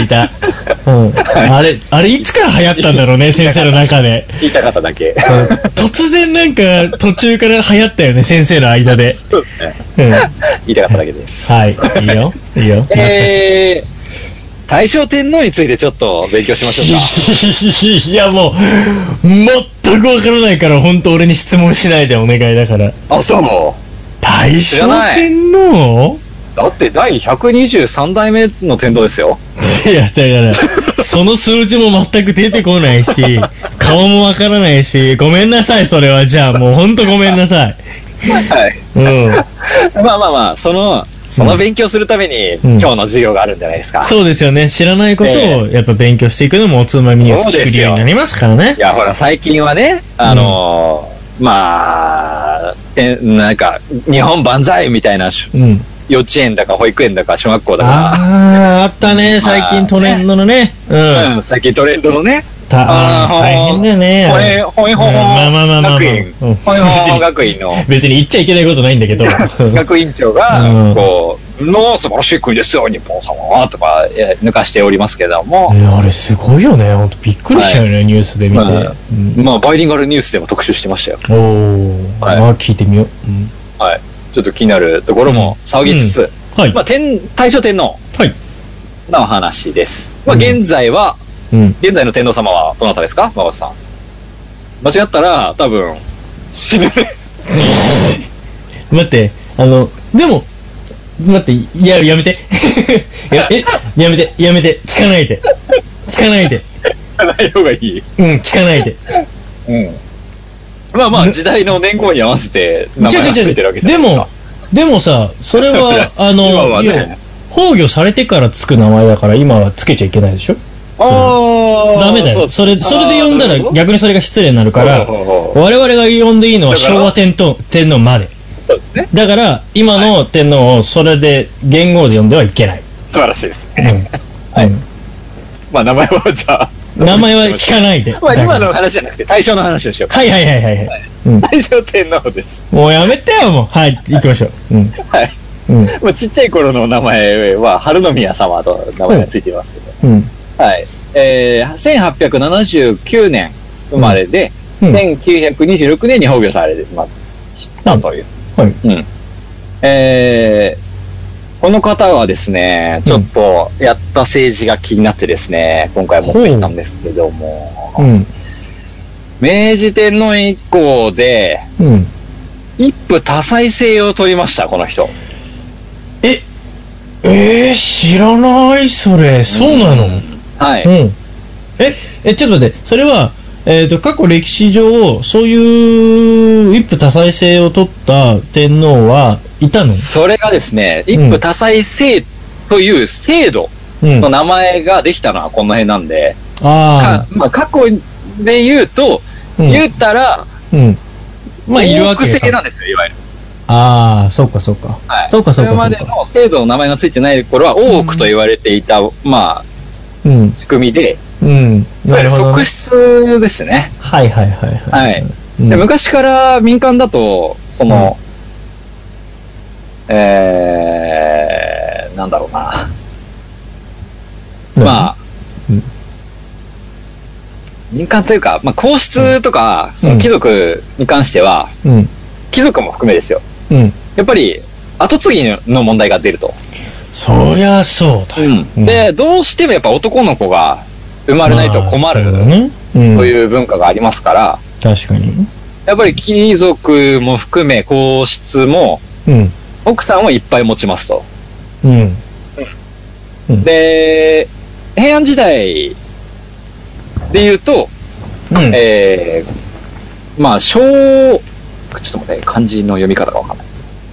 あれいつから流行ったんだろうね、先生の中で。 言いたかっただけ。 突然なんか途中から流行ったよね、先生の間で。 そうですね。言いたかっただけです。 はい。いいよ。懐かしい。 大正天皇についてちょっと勉強しましょうか。 いやもう、全くわからないから、本当俺に質問しないでお願いだから。 あ、そう。 大正天皇？ だって第123代目の天皇ですよ。 いや、だから、その数字も全く出てこないし、顔もわからないし、ごめんなさい、それは。じゃあもうほんとごめんなさい。 はい。まあ、その勉強するために、今日の授業があるんじゃないですか。 そうですよね。知らないことをやっぱ勉強していくのもおつまみニュース聞くようになりますからね。 いや、ほら、最近はね、なんか、日本万歳みたいな、幼稚園だか保育園だか小学校だか。 あったね、最近トレンドのね。 最近トレンドのね。 大変だよね。 ほいほほ学院。ほいほほ学院の。 別に言っちゃいけないことないんだけど。 学院長が、素晴らしい国ですよ、日本様は、とか、抜かしておりますけども。 あれすごいよね。ほんとびっくりしたよね、ニュースで見て。 まあ、バイリンガルニュースでも特集してましたよ。 まあ、聞いてみよう。はい。ちょっと気になるところも騒ぎつつ、まあ、大正天皇の話です。まあ、現在の天皇様はどなたですか、馬場さん。間違ったら、多分、死ぬね。 待って、でも、待って、やめて。やめて、聞かないで。聞かない方がいい。 聞かないで。 まあ、時代の年号に合わせて、名前がついてるわけじゃないですか。 でもさ、それは、 崩御されてからつく名前だから今はつけちゃいけないでしょ。ダメだよ。それで呼んだら逆にそれが失礼になるから、我々が呼んでいいのは昭和天皇まで。だから今の天皇をそれで元号で呼んではいけない。 素晴らしいですね。はい。まあ名前はじゃあ名前は聞かないで。 まあ今の話じゃなくて大正の話をしようか。 はい。 大正天皇です。 もうやめてよもう。はい、行きましょう。 はい。まあちっちゃい頃の名前は春宮様と名前がついていますけど。はい。1879年生まれで、1926年に崩御されましたという。この方はですね、ちょっとやった政治が気になってですね、今回持ってきたんですけども、明治天皇以降で、一夫多妻制を取りました、この人。 知らない、それ。そうなの？ はい。 ちょっと待って、それは、過去歴史上、そういう一夫多妻制を取った天皇はいたの？ それがですね、一夫多妻制という制度の名前ができたのはこの辺なんで、まあ過去で言うと、言ったら、 まあいるわけ大奥制なんですよ、いわゆる。 そうか。はい。 それまでの制度の名前がついてない頃は、大奥と言われていた、まあ、仕組みで、 なるほど。 側室ですね。 はい。 で昔から民間だと、その、なんだろうな。まあ、民間というか、まあ、皇室とか、貴族に関しては、貴族も含めですよ。やっぱり、後継ぎの問題が出ると。 そりゃそうだよ。 で、どうしてもやっぱ男の子が生まれないと困るという文化がありますから、 確かに。 やっぱり貴族も含め皇室も、奥さんをいっぱい持ちますと。で、平安時代で言うと、まあ、ちょっと待って、漢字の読み方がわかんない。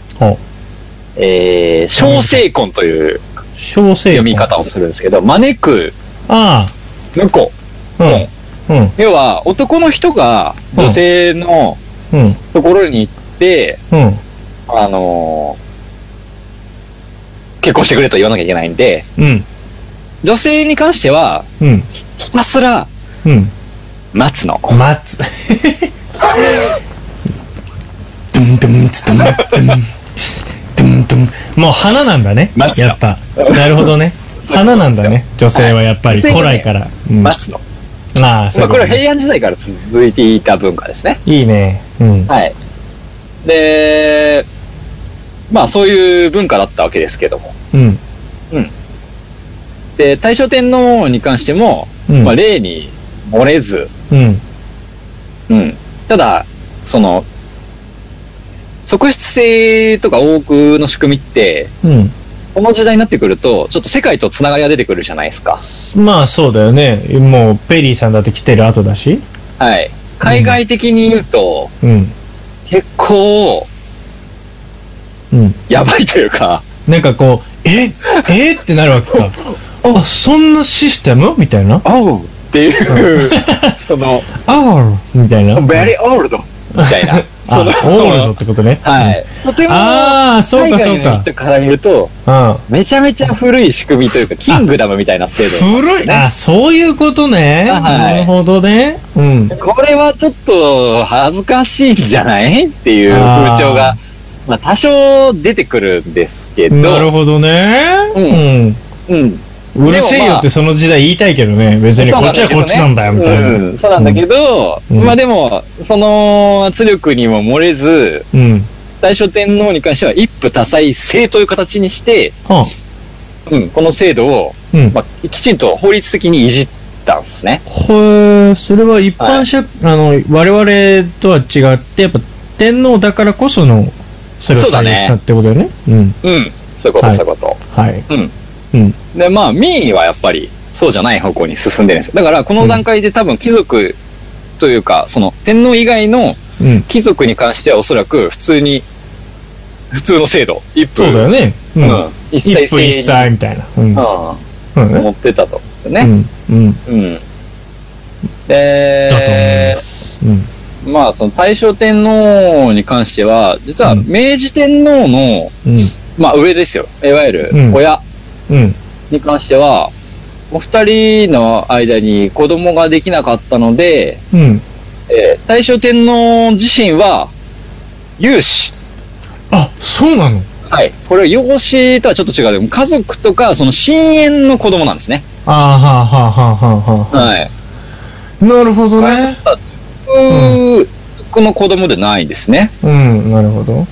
小生婚という読み方をするんですけど、招く、婿。要は、男の人が女性のところに行って、結婚してくれと言わなきゃいけないんで、女性に関しては、ひたすら、待つの。 待つ。もう花なんだね。やっぱ。なるほどね。花なんだね。女性はやっぱり古来から。 待つの。まあこれは平安時代から続いていた文化ですね。 いいね。 はい。で、まあそういう文化だったわけですけども。で、大正天皇に関しても、まあ例に漏れず、ただ、その、側室制とか大奥の仕組みって、この時代になってくると、ちょっと世界とつながりが出てくるじゃないですか。 まあそうだよね。もうペリーさんだって来てる後だし。 はい。海外的に言うと、結構、やばいというか。 なんかこう、ってなるわけか。そんなシステムみたいな。 っていう、その、 みたいな。 very old みたいな。 オールドってことね。 はい。とても、海外の人から見ると、めちゃめちゃ古い仕組みというか、キングダムみたいな制度。 古い。そういうことね。なるほどね。 これはちょっと恥ずかしいんじゃないっていう風潮が、まあ多少出てくるんですけど。 なるほどね。うるせえよってその時代言いたいけどね。別にこっちはこっちなんだよみたいな。 そうなんだけど、まあでも、その圧力にも漏れず、大正天皇に関しては一夫多妻制という形にして、この制度を、まあ、きちんと法律的にいじったんですね。 それは一般我々とは違って、やっぱ天皇だからこその、それを採用したってことだよね。 そういうこと、そういうこと。 はい。 で、まあ、民意はやっぱり、そうじゃない方向に進んでるんですよ。だから、この段階で多分貴族というか、その、天皇以外の貴族に関してはおそらく普通の制度、一夫一妻一夫一妻みたいな。うん。 思ってたと思うんですよね。 だと思います。 まあ、その大正天皇に関しては、実は明治天皇の、まあ上ですよ。いわゆる親に関しては、お二人の間に子供ができなかったので、大正天皇自身は、養子。 あ、そうなの？ はい。これは養子とはちょっと違う。家族とか、その親縁の子供なんですね。 はい。なるほどね。 この子供でないですね。 なるほど。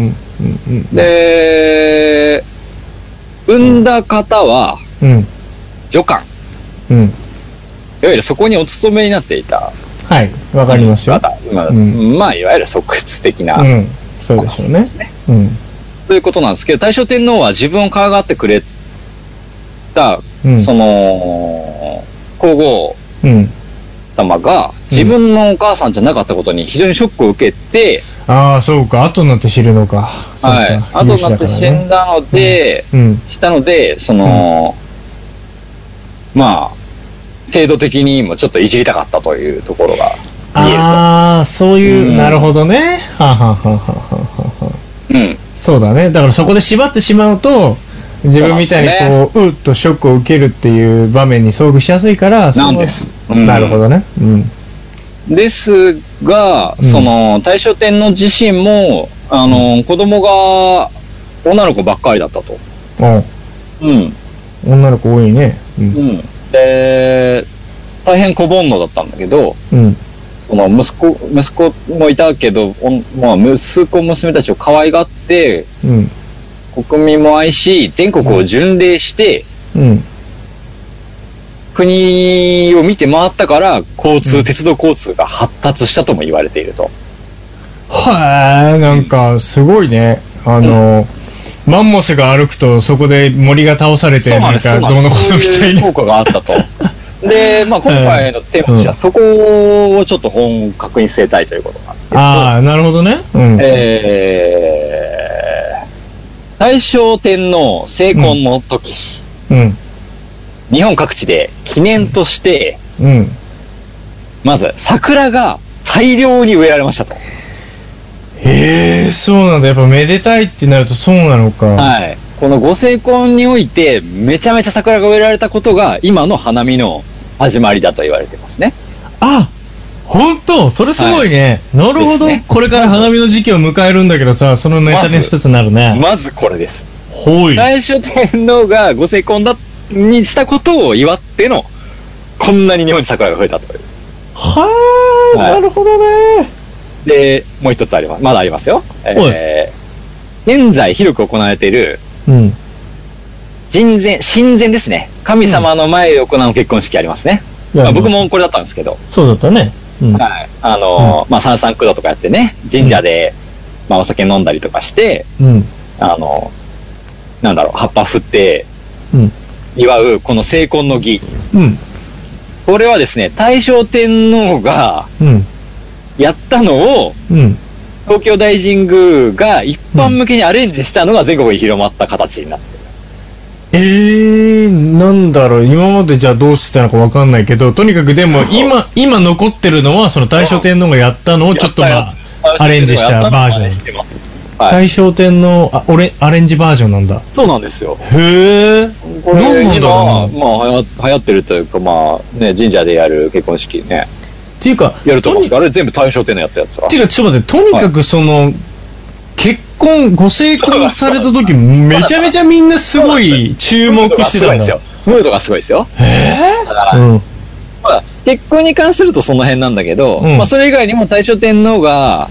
で、産んだ方は、女官。いわゆるそこにお勤めになっていた。 はい、わかりますよ。 まあ、いわゆる側室的な。 そうでしょうね。 ということなんですけど、大正天皇は自分を可愛がってくれた、その、皇后様が、自分のお母さんじゃなかったことに非常にショックを受けて、 ああ、そうか、後になって知るのか。 はい。後になって死んだので、したので、その、まあ、制度的にもちょっといじりたかったというところが見えると。 ああ、そういう、なるほどね。そうだね。だからそこで縛ってしまうと、自分みたいにこう、うっとショックを受けるっていう場面に遭遇しやすいから、 なんです。 なるほどね。 ですが、その、大正天皇自身も、子供が女の子ばっかりだったと。 女の子多いね。 で、大変小煩悩だったんだけど、その息子もいたけど、まあ、息子娘たちを可愛がって、国民も愛し、全国を巡礼して、国を見て回ったから、鉄道交通が発達したとも言われていると。 はい、なんか、すごいね。マンモスが歩くと、そこで森が倒されて、なんか、どうのことみたいな。 効果があったと。で、まあ、今回のテーマとしては、そこをちょっと確認据えたいということなんですけど。 ああ、なるほどね。 大正天皇成婚の時、日本各地で記念として、まず、桜が大量に植えられましたと。 そうなんだ。やっぱめでたいってなるとそうなのか。 はい。このご成婚において、めちゃめちゃ桜が植えられたことが、今の花見の始まりだと言われてますね。 あ、本当？それすごいね。なるほど。これから花見の時期を迎えるんだけどさ、そのネタの一つになるね。 まずこれです。 大正天皇がご成婚にしたことを祝っての、こんなに日本に桜が増えたという。 なるほどね。 で、もう一つあります。まだありますよ。現在広く行われている、神前ですね。神様の前で行う結婚式ありますね。僕もこれだったんですけど。 そうだったね。 はい。まあ、三三九度とかやってね、神社で、まあ、お酒飲んだりとかして、なんだろう、葉っぱ振って、祝う、この成婚の儀。これはですね、大正天皇が、やったのを、東京大神宮が一般向けにアレンジしたのが全国に広まった形になっています。 なんだろう、今までじゃあどうしてたのかわかんないけど、とにかくでも今残ってるのは、その大正天皇がやったのをちょっとまあ、アレンジしたバージョン。大正天皇、アレンジバージョンなんだ。 そうなんですよ。 へえ。 これ今、まあ流行ってるというか、まあね、神社でやる結婚式ね。 っていうか、 やると思うんですか？あれ全部大正天皇やったやつは。 ちょっと待って、とにかくその、ご成婚された時、めちゃめちゃみんなすごい注目してたんだ。 ムードがすごいですよ。結婚に関するとその辺なんだけど、まあそれ以外にも大正天皇が、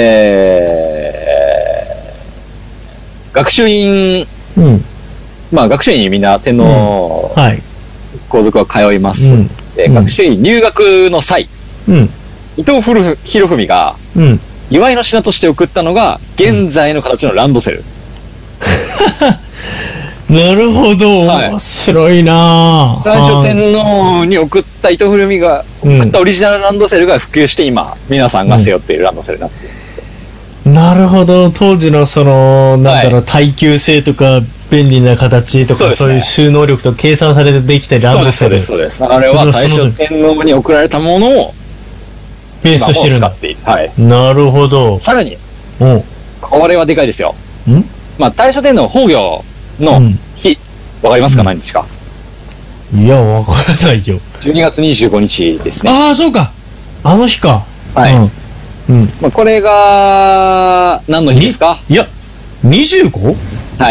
学習院、まあ学習院にみんな天皇、皇族は通います。学習院入学の際、伊藤博文が、祝いの品として送ったのが、現在の形のランドセル。 なるほど、面白いなぁ。 大正天皇に送った伊藤博文が送ったオリジナルランドセルが普及して今、皆さんが背負っているランドセルになっている。 なるほど、当時のその、なんだろう、耐久性とか、 便利な形とか、そういう収納力と計算されてできたランドセル。 そうです。あれは大正天皇に贈られたものを、 ベースとしてるんだ。 はい。 なるほど。 さらに、これはでかいですよ。まあ、大正天皇崩御の日、わかりますか、何日か。 いや、わからないよ。 12月25日ですね。 ああ、そうか。あの日か。 はい。まあ、これが、何の日ですか？ いや、25？ はい。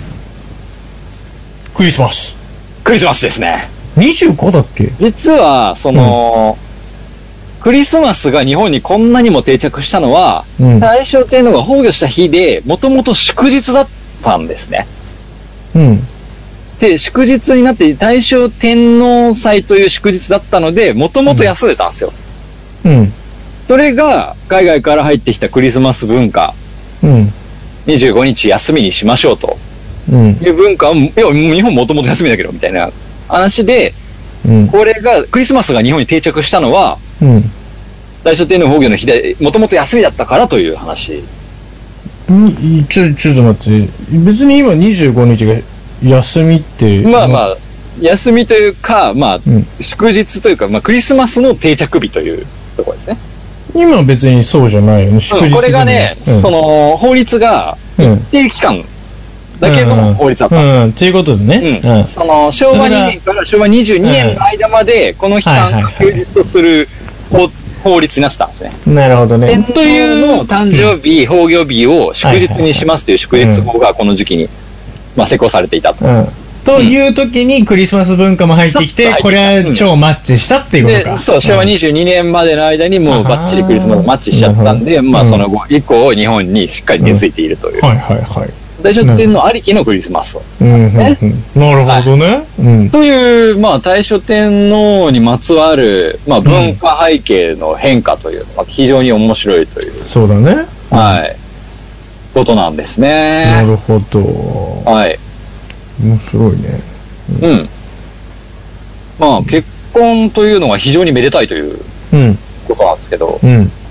クリスマス。 クリスマスですね。 25だっけ？ 実は、クリスマスが日本にこんなにも定着したのは、大正天皇が崩御した日で、もともと祝日だったんですね。で、祝日になって大正天皇祭という祝日だったので、もともと休んでたんですよ。それが、海外から入ってきたクリスマス文化。25日休みにしましょうと。いう文化を、いや、日本もともと休みだけど、みたいな話で、これが、クリスマスが日本に定着したのは、大正天皇崩御の日で、もともと休みだったからという話。 ちょっと待って。別に今25日が休みって。 まあ、休みというか、まあ、祝日というか、まあ、クリスマスの定着日というところですね。 今は別にそうじゃないよね、祝日。 これがね、法律が一定期間だけの法律だったっていうことでね。 昭和2年から昭和22年の間まで、この期間を休日とする法律になってたんですね。 なるほどね。 天皇の誕生日、崩御日を祝日にしますという祝日法がこの時期に、まあ、施行されていたと。 という時にクリスマス文化も入ってきて、これは超マッチしたっていうことか。 そう、昭和22年までの間にもうバッチリクリスマスマッチしちゃったんで、まあその後以降日本にしっかり根付いているという。大正天皇ありきのクリスマス。 なるほどね。 という、まあ大正天皇にまつわる、まあ文化背景の変化というのが非常に面白いという。 そうだね。 はい。ことなんですね。 なるほど。 はい。 面白いね。 まあ結婚というのが非常にめでたいということなんですけど、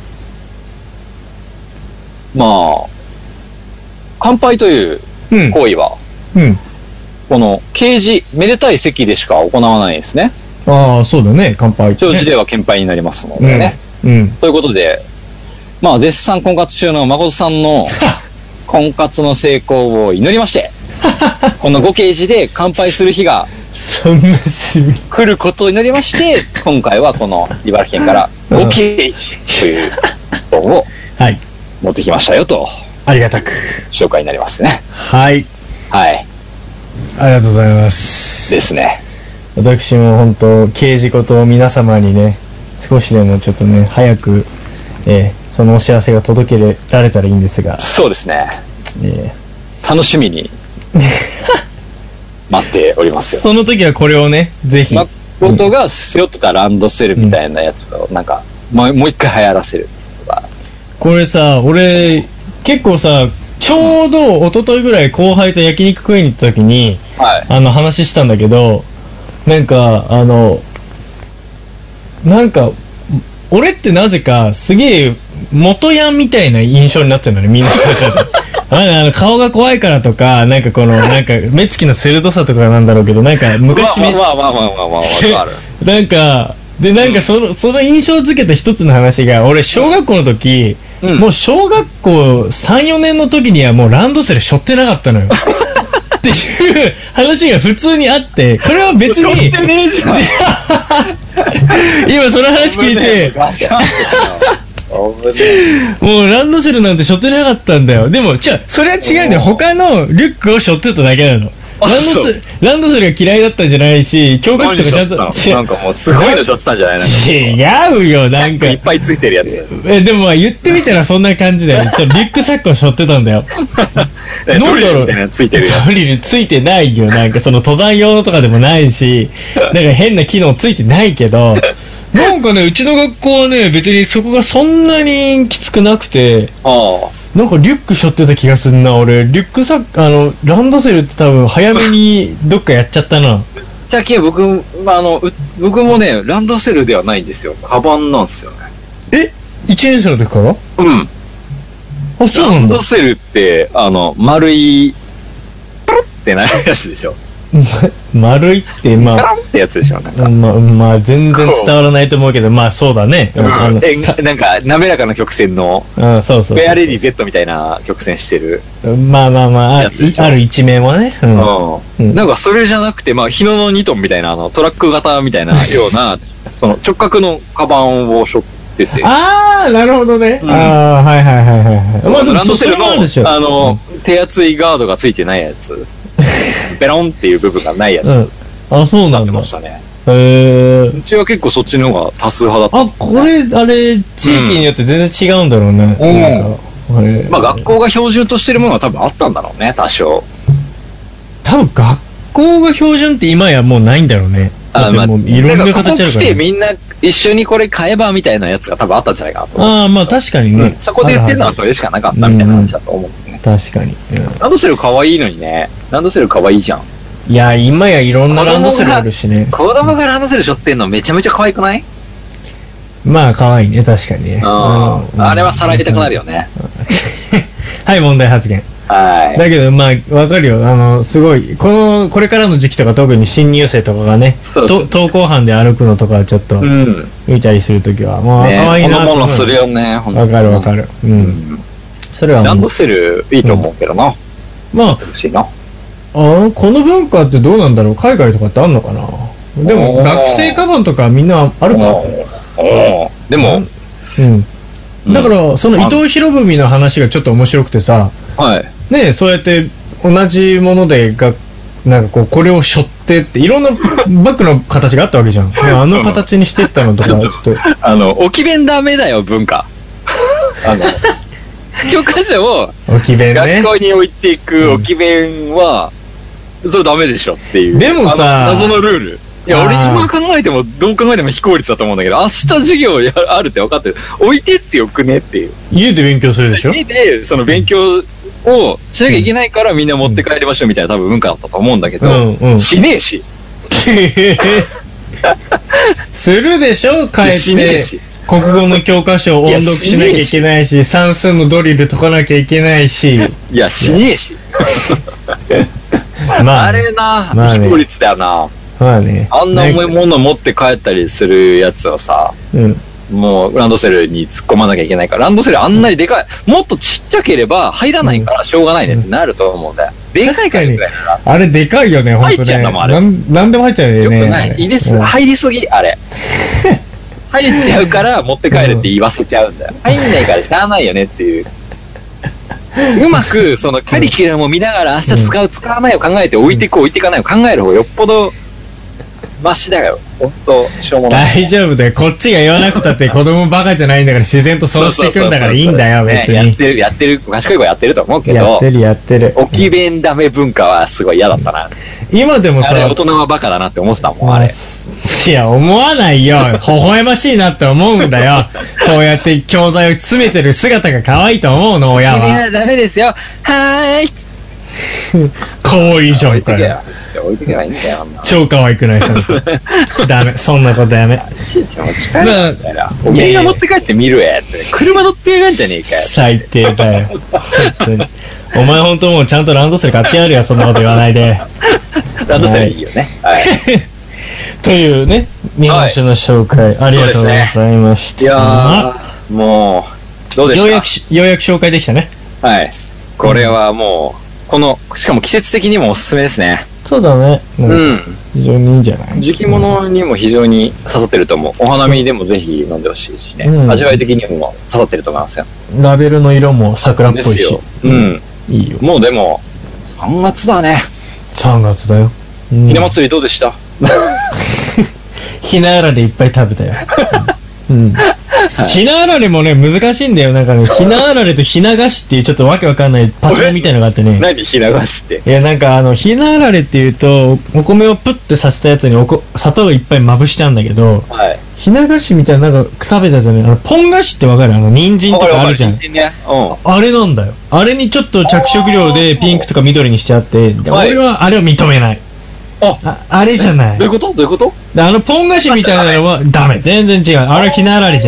まあ乾杯という行為は、この慶事めでたい席でしか行わないんですね。 ああ、そうだね、乾杯。 長寿では献杯になりますのでね。ということで、まあ絶賛婚活中の誠さんの婚活の成功を祈りまして。このご慶事で乾杯する日が来ることを祈りまして、今回はこの茨城県からご慶事という本を持ってきましたよと。 ありがたく紹介になりますね。 はい。 はい。 ありがとうございます。 ですね。 私も本当慶事こと皆様にね、少しでもちょっとね、早く、そのお知らせが届けられたらいいんですが。 そうですね。楽しみに。待っておりますよ。 その時はこれをね、ぜひ。 誠が背負ってたランドセルみたいなやつを、なんか、もう一回流行らせるとか。 これさ、俺、結構さ、ちょうど一昨日ぐらい後輩と焼肉食いに行った時に、話したんだけど、なんか、俺ってなぜか、すげえ、元ヤンみたいな印象になってるのね、みんなの中で。顔が怖いからとか、なんかこの、なんか、目つきの鋭さとかなんだろうけど、なんか、昔なんか、で、なんかその印象づけた一つの話が、俺、小学校の時、もう小学校3、4年の時にはもうランドセル背負ってなかったのよ。っていう話が普通にあって、これは別に。背負ってねえじゃん。今その話聞いて、もうランドセルなんて背負ってなかったんだよ。でも、それは違うんだよ。他のリュックを背負ってただけなの。ランドセルが嫌いだったんじゃないし、教科書とかちゃんと。 なんかもうすごいの背負ってたんじゃないの？違うよ、なんか。 いっぱいついてるやつ。 でもまあ言ってみたらそんな感じだよ。リュックサックを背負ってたんだよ。 なんだろう。ついてるやつ。 ドリルついてないよ。なんかその登山用のとかでもないし、なんか変な機能ついてないけど、なんかね、うちの学校はね、別にそこがそんなにきつくなくて、なんかリュック背負ってた気がすんな、俺。リュックサック、ランドセルって多分早めにどっかやっちゃったな。 だけ僕もね、ランドセルではないんですよ。カバンなんですよね。 1年生の時から？ うん。 あ、そうなんだ。 ランドセルって、丸い、 ってなるやつでしょ。 丸いって、まペロンってやつでしょ。なんかまあ、全然伝わらないと思うけど、まあ、そうだね。 なんか、滑らかな曲線の、 そうそう。 フェアレディ Z みたいな曲線してる。 まあ、ある一面はね。 なんか、それじゃなくて、まあ、日野の2トンみたいな、トラック型みたいなような、その直角のカバンを背負ってて。 ああ、なるほどね。はいはいはいはい。まあ、でも、 ランドセルの、 手厚いガードがついてないやつ。ペロンっていう部分がないやつ。 あ、そうなんだ。 ましたね。 うちは結構そっちの方が多数派だった。 これ、あれ、地域によって全然違うんだろうね。 まあ学校が標準としてるものは多分あったんだろうね、多少。 多分学校が標準って今やもうないんだろうね。だってもういろんな形あるから。ここ来てみんな一緒にこれ買えばみたいなやつが多分あったんじゃないかなと。 まあ確かにね。 そこで言ってるのはそれしかなかったみたいな話だと思うね。 確かに。 ランドセル可愛いのにね。ランドセル可愛いじゃん。 いや、今やいろんなランドセルあるしね。 子供がランドセル背負ってんのめちゃめちゃ可愛くない？ まあ可愛いね、確かにね。 あれはさらいたくなるよね。 はい、問題発言。 はい。 だけど、まあ、わかるよ。すごい、これからの時期とか特に新入生とかがね、登校班で歩くのとかちょっと、見たりするときは、まあ、可愛いなと思う。 このものするよね、ほんとに。 わかる。それはランドセルいいと思うけどな。 まあ、この文化ってどうなんだろう、海外とかってあんのかな。でも、学生カバンとかみんなあるか。 でも、 だから、その伊藤博文の話がちょっと面白くてさ、ね、そうやって同じものでなんかこれを背負ってっていろんなバッグの形があったわけじゃん。あの形にしてったのとかちょっと置き弁ダメだよ文化。教科書を学校に置いていく置き弁はそれダメでしょっていう。 でもさ、 謎のルール。いや俺今考えてもどう考えても非効率だと思うんだけど、明日授業あるって分かってる。置いてってよくねっていう。 家で勉強するでしょ。 家でその勉強をしなきゃいけないからみんな持って帰りましょうみたいな多分文化だったと思うんだけど、しねえし。 するでしょ帰って。国語の教科書を音読しなきゃいけないし、算数のドリル解かなきゃいけないし。 いや、しねえし。まあ、あれな、非効率だよな。 まあね。 あんな重いもの持って帰ったりするやつをさ、もうランドセルに突っ込まなきゃいけないから、ランドセルあんなにでかい、もっとちっちゃければ入らないからしょうがないねってなると思うんだよ。でかいからね。 あれでかいよね、ほんとね。入っちゃうのもあれ。なんでも入っちゃうよね。 よくない。入りすぎ、あれ。入っちゃうから持って帰るって言わせちゃうんだよ。入んないからしゃあないよねっていう。うまくそのカリキュラムを見ながら明日使う使わないを考えて置いていく置いていかないを考える方がよっぽどマシだよ。ほんとしょうもない。 大丈夫だよ。こっちが言わなくたって子供バカじゃないんだから自然とそうしていくんだからいいんだよ別に。 やってる賢い子やってると思うけど。 やってる。 置き弁ダメ文化はすごい嫌だったな。 今でもさ、 大人はバカだなって思ってたもんあれ。 いや思わないよ。微笑ましいなって思うんだよ。そうやって教材を詰めてる姿が可愛いと思うの親は。 いやダメですよ。はーい。 可愛いじゃんかよ。 置いてけばいいんだよ。 超可愛くないそのダメ、そんなことやめ。 おめえが持って帰ってみるやって。車乗ってやがんじゃねえかよ。 最低だよ。本当に。お前本当もうちゃんとランドセル買ってやるよ、そんなこと言わないで。 ランドセルいいよね。はい。 というね、日本酒の紹介、ありがとうございました。 いやー、もう、どうでした？ ようやく紹介できたね。 はい。これはもう、しかも季節的にもおすすめですね。 そうだね。非常にいいんじゃない？ 時期物にも非常に刺さってると思う。お花見でもぜひ飲んでほしいしね。味わい的にも刺さってると思いますよ。 ラベルの色も桜っぽいし。いいよ。 もうでも、3月だね。 3月だよ。 ひな祭りどうでした？ ひなあられいっぱい食べたよ。ひなあられもね、難しいんだよ。なんかね、ひなあられとひな菓子っていうちょっとわけわかんないパチモンみたいのがあってね。 何ひな菓子って。 いや、なんかひなあられっていうと、お米をプッてさせたやつに砂糖がいっぱいまぶしてあるんだけど、ひな菓子みたいななんか食べたじゃない、ポン菓子ってわかる？人参とかあるじゃん。あれなんだよ。あれにちょっと着色料でピンクとか緑にしてあって、俺はあれを認めない。あれじゃない。 どういうこと？ ポン菓子みたいなのはダメ。全然違う。あれはひなあられじゃない。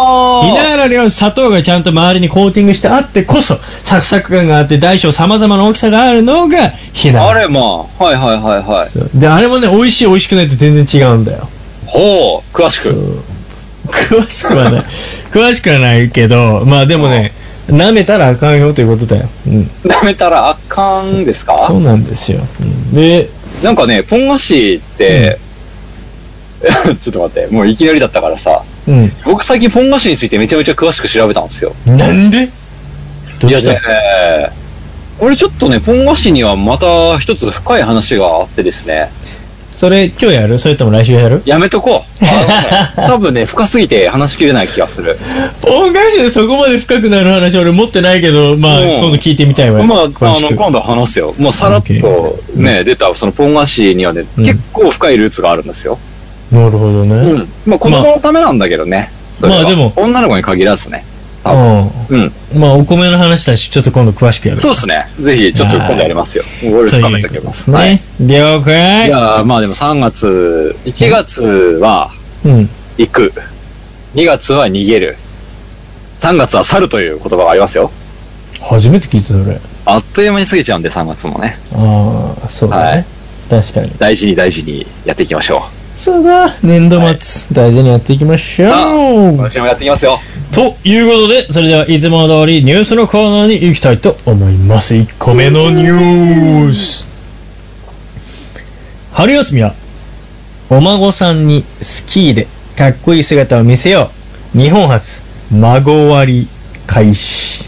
ひなあられは砂糖がちゃんと周りにコーティングしてあってこそ、サクサク感があって大小様々な大きさがあるのがひなあられ。 あれ、まあ、はいはいはいはい。 で、あれもね、美味しい美味しくないって全然違うんだよ。 ほう、詳しく。 詳しくはない。詳しくはないけど、まあでもね、舐めたらあかんよということだよ。 舐めたらあかんですか？ そうなんですよ。で、 なんかね、ポン菓子って、ちょっと待って、もういきなりだったからさ、僕最近ポン菓子についてめちゃめちゃ詳しく調べたんですよ。 なんで？どうした？ いやね、俺ちょっとね、ポン菓子にはまた一つ深い話があってですね。 それ今日やる？それとも来週やる？ やめとこう。多分ね、深すぎて話しきれない気がする。 ポン菓子でそこまで深くなる話俺持ってないけど、まあ今度聞いてみたいわ。 まあ、今度話すよ。もうさらっとね、出たそのポン菓子にはね、結構深いルーツがあるんですよ。 なるほどね。 まあ子供のためなんだけどね。 まあでも。 女の子に限らずね。 まあお米の話だし、ちょっと今度詳しくやる。 そうですね。ぜひちょっと今度やりますよ。俺深めておきます。 ね。了解。 いやまあでも1月は行く。2月は逃げる。3月は去るという言葉がありますよ。 初めて聞いたそれ。 あっという間に過ぎちゃうんで3月もね。 ああ、そうだね。確かに。 大事に大事にやっていきましょう。 そうだ、年度末、大事にやっていきましょう。 今週もやっていきますよ。 ということで、それではいつも通りニュースのコーナーに行きたいと思います。1個目のニュース。春休みは、お孫さんにスキーでかっこいい姿を見せよう。日本初、孫割開始。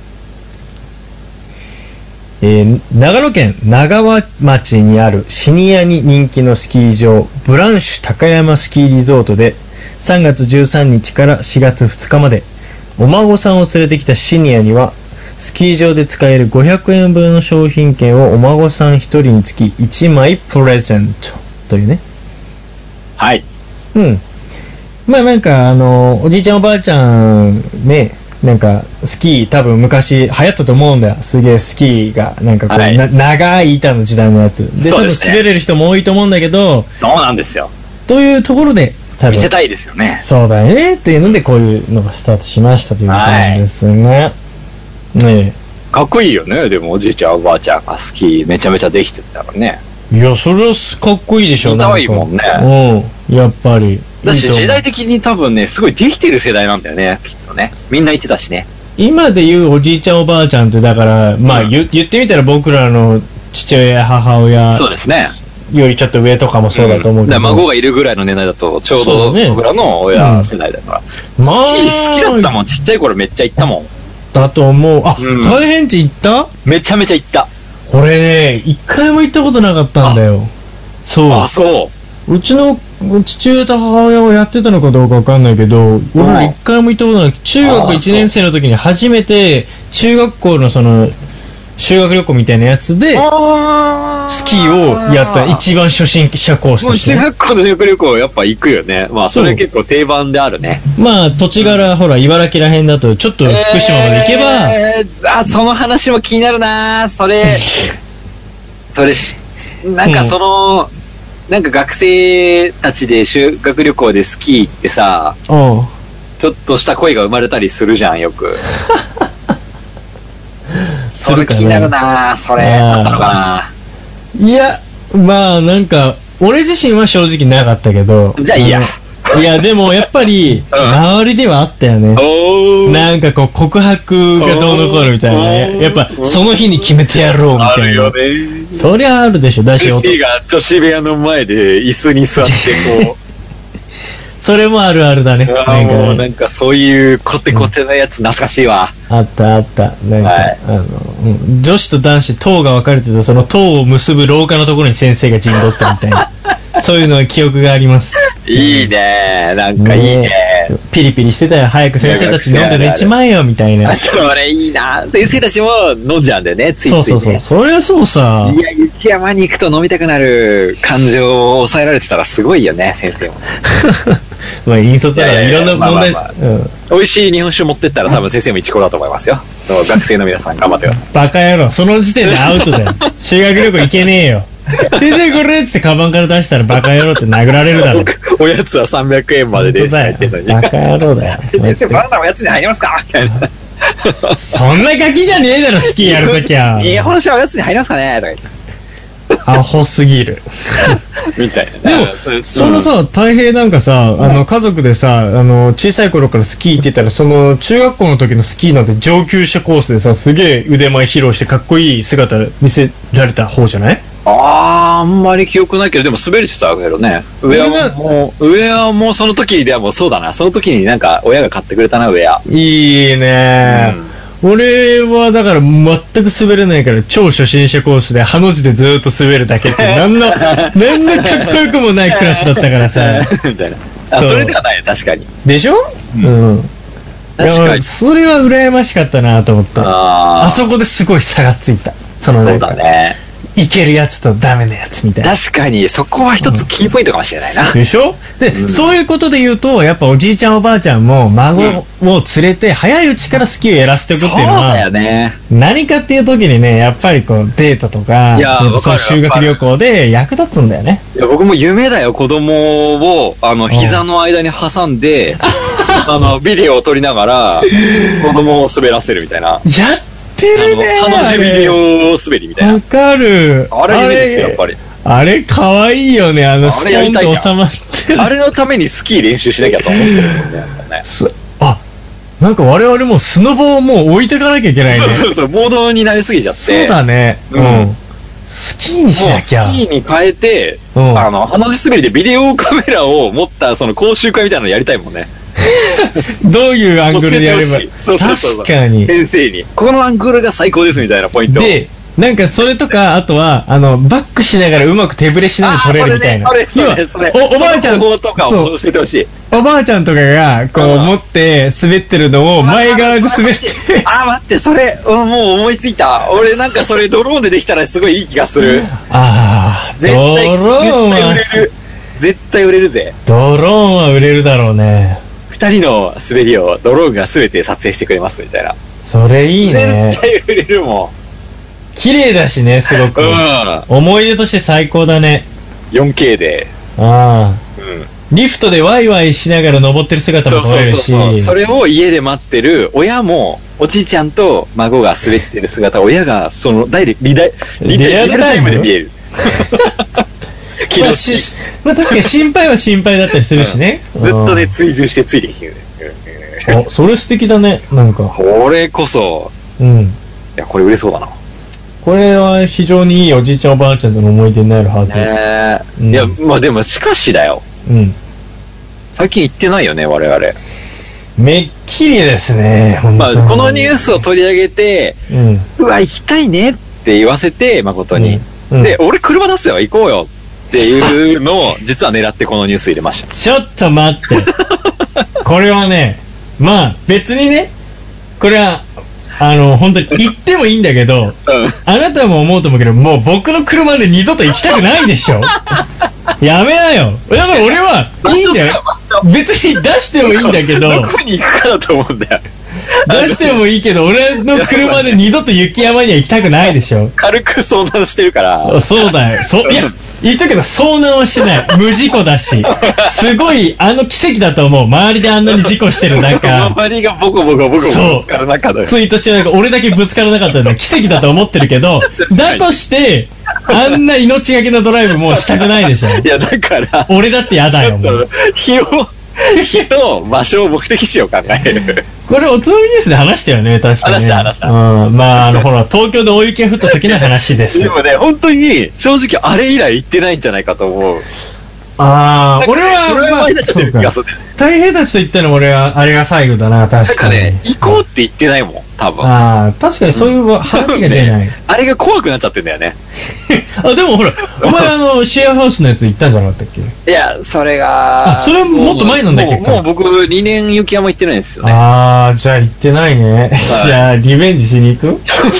長野県長和町にあるシニアに人気のスキー場ブランシュ高山スキーリゾートで3月13日から4月2日までお孫さんを連れてきたシニアにはスキー場で使える500円分の商品券をお孫さん1人につき1枚プレゼントというね。 はい。 まあなんかおじいちゃんおばあちゃんね、なんかスキー多分昔流行ったと思うんだよ。すげえスキーがなんかこう、長い板の時代のやつで、多分滑れる人も多いと思うんだけど、 そうなんですよ。 というところで多分見せたいですよね。 そうだねっていうのでこういうのがスタートしましたということなんですね。ねえ。 かっこいいよね。でもおじいちゃんおばあちゃんがスキーめちゃめちゃできてたからね。 いやそれはかっこいいでしょ。 見たいもんね。 やっぱり。 だし時代的に多分ねすごいできてる世代なんだよねきっとね。みんな言ってたしね。 今で言うおじいちゃんおばあちゃんってだからまあ、言ってみたら僕らの父親母親そうですねよりちょっと上とかもそうだと思うけど、 孫がいるぐらいの年代だとちょうど僕らの親世代だから、まあ、スキー好きだったもん。ちっちゃい頃めっちゃ行ったもん。 だと思う。大変地行った？ めちゃめちゃ行った。 俺ね一回も行ったことなかったんだよ。そううちの父親と母親はやってたのかどうかわかんないけど、俺ら一回も行ったことなくて、中学1年生の時に初めて中学校のその修学旅行みたいなやつでスキーをやった一番初心者コースとして、 中学校の修学旅行やっぱ行くよね。まあそれ結構定番であるね。 まあ土地柄ほら茨城らへんだとちょっと福島まで行けば、 その話も気になるな。それなんかその、なんか学生たちで修学旅行でスキー行ってさ、ちょっとした恋が生まれたりするじゃんよく。それ気になるな。それあったのかな。 いやまあなんか俺自身は正直なかったけど。 じゃあいいや。 いやでもやっぱり周りではあったよね。なんかこう告白がどうのこうのみたいなね。やっぱその日に決めてやろうみたいな。あるよね。そりゃあるでしょ。だしスキーが女子部屋の前で椅子に座ってこう。 それもあるあるだね。 なんかそういうコテコテなやつ懐かしいわ。 あったあった。なんか、女子と男子塔が分かれてて、その塔を結ぶ廊下のところに先生が陣取ったみたいな。そういうのは記憶があります。 いいね。なんかいいね。 ピリピリしてたよ。早く先生たち飲んで寝ちまえよみたいな。 それいいな。先生たちも飲んじゃうんだよね。ついつい、ね。 そう。そりゃそうさ。 いや、雪山に行くと飲みたくなる感情を抑えられてたらすごいよね、先生も。 まあ、引率だからいろんな問題。 美味しい日本酒持ってったら多分先生も一コだと思いますよ。学生の皆さん頑張ってください。 バカ野郎。その時点でアウトだよ。修学旅行行けねえよ。 先生これっつってカバンから出したらバカ野郎って殴られるだろう。 おやつは300円までです。 バカ野郎だよ。 先生、バナナおやつに入りますかみたいな。 そんなガキじゃねえだろ、スキーやるときは。 日本酒はおやつに入りますかねとか言って。 アホすぎる。 みたいな。 でも、そのさ、太平なんかさ、家族でさ、小さい頃からスキー行ってたら、その、中学校の時のスキーなんて上級者コースでさ、すげえ腕前披露してかっこいい姿見せられた方じゃない？ あんまり記憶ないけど、でも滑れてたけどね。上はもうその時ではもうそうだな。その時になんか親が買ってくれたな、上は。 いいね俺はだから全く滑れないから超初心者コースでハの字でずーっと滑るだけってなんのかっこよくもないクラスだったからさ。 みたいな。それではない、確かに。 でしょ？確かに。それは羨ましかったなと思って。あそこですごい差がついた。 そうだね。 いけるやつとダメなやつみたいな。 確かに、そこは一つキーポイントかもしれないな。 でしょ？で、そういうことで言うと、やっぱおじいちゃんおばあちゃんも孫を連れて、早いうちからスキーをやらせておくっていうのは、 そうだよね。 何かっていう時にね、やっぱりこう、デートとか、その修学旅行で役立つんだよね。 いや、僕も夢だよ、子供を、膝の間に挟んで、ビデオを撮りながら、子供を滑らせるみたいな。 やってるねー。楽しみビデオ滑りみたいな。 わかる。 あれ夢ですよ、やっぱり。 あれ、かわいいよね、スポンと収まってる。 あれのためにスキー練習しなきゃと思ってるもんね。 なんか我々もうスノボをもう置いてかなきゃいけないね。 そう、ボードになりすぎちゃって。 そうだね。スキーにしなきゃ。 スキーに変えて、鼻血滑りでビデオカメラを持ったその講習会みたいなのやりたいもんね。 どういうアングルでやれば。確かに。 先生に。このアングルが最高ですみたいなポイント。 で、なんかそれとか、あとは、バックしながらうまく手ぶれしながら撮れるみたいな。 それ。おばあちゃんとかを教えてほしい。 おばあちゃんとかが、こう持って滑ってるのを前側で滑って。 待って、それ、もう思いついた。俺なんかそれドローンでできたらすごいいい気がする。ドローンは。絶対売れるぜ。 ドローンは売れるだろうね。 二人の滑りをドローンが全て撮影してくれますみたいな。 それいいね。 絶対売れるもん。 綺麗だしね、すごく。思い出として最高だね。 4K で。リフトでワイワイしながら登ってる姿も撮れるし。 それを家で待ってる親も、おじいちゃんと孫が滑ってる姿、親がそのリアルタイムで見える。 まあ確かに心配は心配だったりするしね。 ずっとね、追従してついてきてるね。 それ素敵だね、なんか。 これこそ。いや、これ売れそうだな。 これは非常にいいおじいちゃんおばあちゃんとの思い出になるはず。 いや、まあでも、しかしだよ。最近行ってないよね、我々。 めっきりですね、 まあ、このニュースを取り上げて、うわ、行きたいねって言わせて、誠に。で、俺車出すよ、行こうよっていうのを、実は狙ってこのニュース入れました。 ちょっと待って。これはね、まあ、別にね、これは、本当に行ってもいいんだけど、あなたも思うと思うけど、もう僕の車で二度と行きたくないでしょ。やめなよ。だから俺はいいんだよ。別に出してもいいんだけど。 どこに行くかだと思うんだよ。 出してもいいけど、俺の車で二度と雪山には行きたくないでしょ。 軽く遭難してるから。 そうだよ。いや、言ったけど遭難はしない。無事故だし。すごい、奇跡だと思う。周りであんなに事故してる中。 周りがボコボコぶつかる中で。 ツイートしてなんか俺だけぶつからなかったのは奇跡だと思ってるけど、だとして、あんな命がけのドライブもうしたくないでしょ。 いや、だから。 俺だってやだよ。 日の場所を目的地を考える。 これおつまみニュースで話したよね、確かに、ね。 話した。 まあ、ほら、東京で大雪が降った時の話です。 でもね、本当に、正直あれ以来行ってないんじゃないかと思う。 俺は、大変たちと言ったの俺は、あれが最後だな、確かに。 なんかね、行こうって言ってないもん、多分。 確かにそういう話が出ない。 あれが怖くなっちゃってんだよね。 でもほら、お前シェアハウスのやつ行ったんじゃなかったっけ？ いや、それが。 それもっと前なんだっけ？ もう僕2年雪山行ってないんですよね。 じゃあ行ってないね。じゃあリベンジしに行く？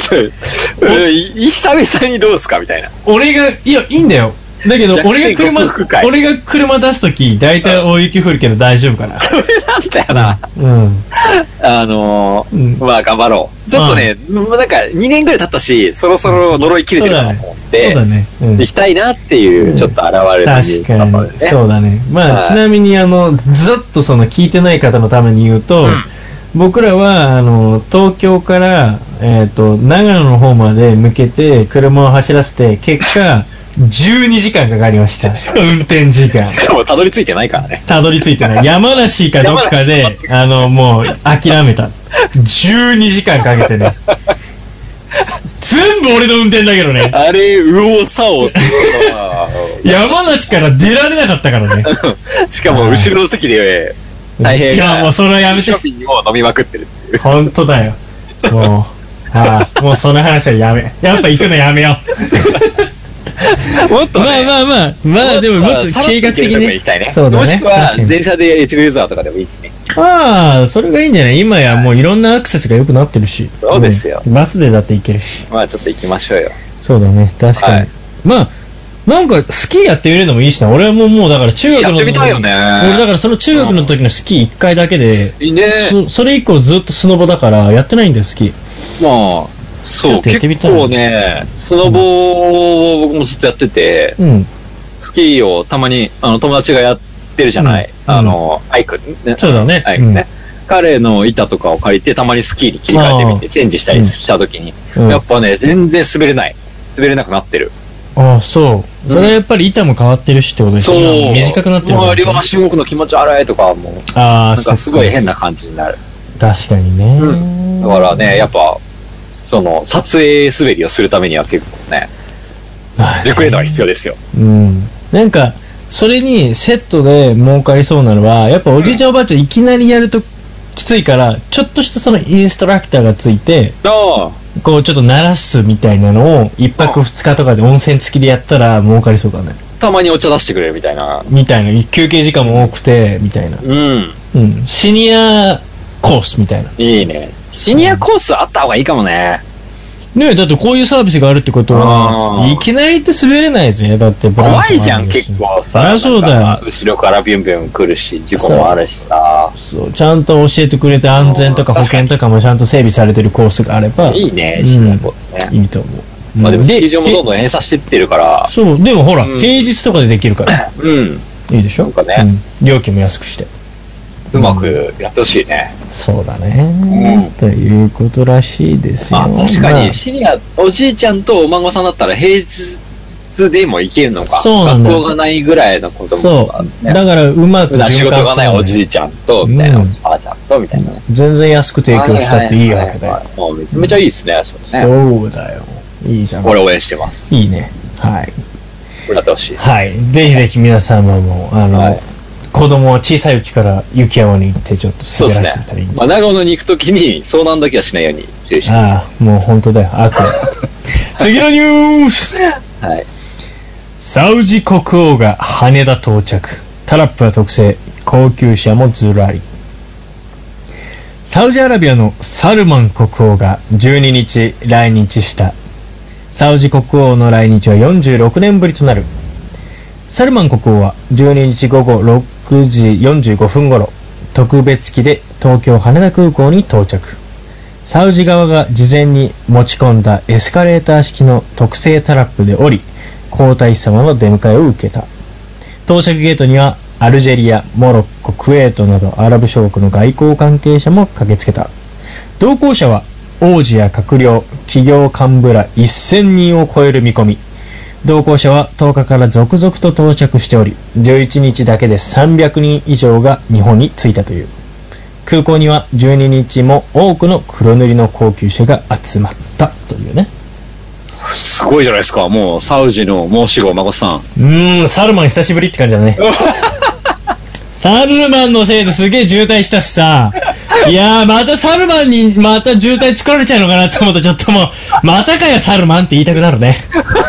久々にどうすかみたいな。 いや、いいんだよ。だけど、俺が車出すとき、だいたい大雪降るけど大丈夫かな。 それなんだよな。まあ頑張ろう。ちょっとね、なんか2年ぐらい経ったし、そろそろ呪い切れてるかな。 ってそうだね。 行きたいなっていうちょっと現れる確かに。そうだね。まあ、ちなみにずっとその聞いてない方のために言うと、僕らは東京から長野の方まで向けて車を走らせて、結果12時間かかりました。運転時間。 しかもたどり着いてないからね。 たどり着いてない。山梨かどっかでもう諦めた。12時間かけてね。全部俺の運転だけどね。 あれ、右往左往っていうのは山梨から出られなかったからね。 しかも後ろの席で大変。 いや、もうそれはやめて。 ショッピングを飲みまくってるっていう。 ほんとだよ。もう、もうその話はやめ。やっぱ行くのやめよう。 もっとね、 まあでももっと計画的にね。 そうだね。もしくは電車で越後湯沢とかでもいいですね。 ああ、それがいいんじゃない？今やもういろんなアクセスが良くなってるし。 そうですよ。 バスでだって行けるし。 まあちょっと行きましょうよ。 そうだね、確かに。まあ、なんかスキーやってみるのもいいしな。俺はもうだから中学の時。 やってみたいよね。 俺だからその中学の時のスキー1回だけで。 いいね。 それ以降ずっとスノボだからやってないんだよ、スキー。 まあ、そう、結構ね、スノボを僕もずっとやってて、スキーをたまに友達がやってるじゃない。アイクね。 そうだね。 アイクね。彼の板とかを借りてたまにスキーに切り替えてみてチェンジしたりした時に、やっぱね、全然滑れなくなってる。 ああ、そう。それはやっぱり板も変わってるしってことですね。そう。短くなってる。 もう両足動くの気持ち悪いとかもう、なんかすごい変な感じになる。 確かにね。 だからね、やっぱ、撮影滑りをするためには結構ね、熟練度は必要ですよ。 なんか、それにセットで儲かりそうなのは、やっぱおじいちゃんおばあちゃんいきなりやるときついから、ちょっとしたそのインストラクターがついて、こうちょっと鳴らすみたいなのを1泊2日とかで温泉付きでやったら儲かりそうだね。 たまにお茶出してくれるみたいな。 休憩時間も多くて、みたいな。シニアコースみたいな。 いいね。シニアコースあった方がいいかもね。 ねえ、だってこういうサービスがあるってことは、いきなりって滑れないぜ。だって怖いじゃん、結構さ。 そうだよ。 後ろからビュンビュン来るし、事故もあるしさ。 そう、ちゃんと教えてくれて安全とか保険とかもちゃんと整備されてるコースがあれば。 いいね、シニアコースね。 いいと思う。 まあでも、スキー場もどんどん閉鎖してってるから。 そう、でもほら、平日とかでできるから。いいでしょ？ なんかね。 料金も安くして。 うまくやってほしいね。 そうだね。ということらしいですよ。 確かに、シニア、おじいちゃんとお孫さんだったら平日でも行けるのか。 そうなんだ。 学校がないぐらいの子供が。そう。だからうまく循環する。 仕事がないおじいちゃんと、みたいな、おばあちゃんと、みたいな。 全然安く提供したっていいわけだよ。 めちゃめちゃいいっすね、 そうだよ。いいじゃん。 俺応援してます。 いいね。はい。 これやってほしい。 はい。ぜひぜひ皆様も、子供は小さいうちから雪山に行ってちょっと滑らせたらいいんじゃない？ 長野に行くときに遭難だけはしないように注意します。 ああ、もう本当だよ。次のニュース。 はい。 サウジ国王が羽田到着。タラップは特製。高級車もずらり。サウジアラビアのサルマン国王が12日来日した。サウジ国王の来日は46年ぶりとなる。サルマン国王は12日午後6時45分頃、特別機で東京羽田空港に到着。サウジ側が事前に持ち込んだエスカレーター式の特製タラップで降り、皇太子様の出迎えを受けた。到着ゲートにはアルジェリア、モロッコ、クウェートなどアラブ諸国の外交関係者も駆けつけた。同行者は王子や閣僚、企業幹部ら1000人を超える見込み。同行者は10日から続々と到着しており、11日だけで300人以上が日本に着いたという。空港には12日も多くの黒塗りの高級車が集まったというね。 すごいじゃないですか。もうサウジの申し子孫さん。サルマン久しぶりって感じだね。サルマンのせいですげえ渋滞したしさ。いやー、またサルマンにまた渋滞作られちゃうのかなと思うとちょっともう、またかよサルマンって言いたくなるね。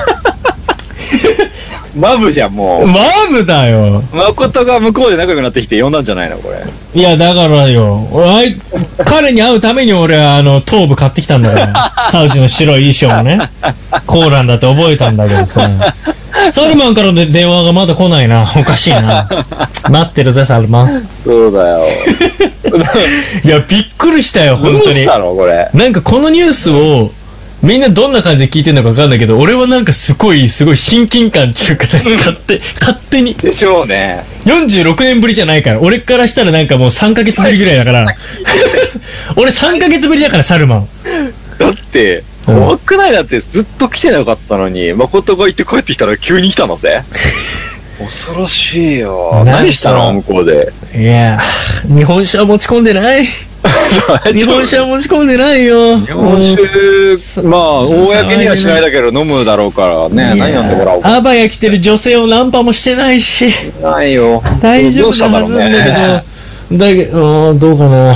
マブじゃん、もう。 マブだよ。 誠が向こうで仲良くなってきて呼んだんじゃないのこれ。 いや、だからよ。彼に会うために俺は頭部買ってきたんだから。サウジの白い衣装をね。コーランだって覚えたんだけどさ。サルマンからの電話がまだ来ないな。おかしいな。待ってるぜ、サルマン。 そうだよ。 いや、びっくりしたよ、本当に。 どうしたのこれ。 なんかこのニュースを、 みんなどんな感じで聞いてんのか分かんないけど、俺はなんかすごい親近感っていうか、勝手に。 でしょうね。 46年ぶりじゃないから。俺からしたらなんかもう3ヶ月ぶりぐらいだから。俺3ヶ月ぶりだから、サルマン。 だって、怖くない？だってずっと来てなかったのに、誠が行って帰ってきたら急に来たのぜ。恐ろしいよ。何したの向こうで。 いやー、日本酒は持ち込んでない。日本酒は持ち込んでないよ。 日本酒、まあ、公にはしないだけど飲むだろうからね。何飲んでもらおうか。 アバヤ来てる女性をナンパもしてないし。 ないよ。 大丈夫なはずなんだけど。だけど、どうかな。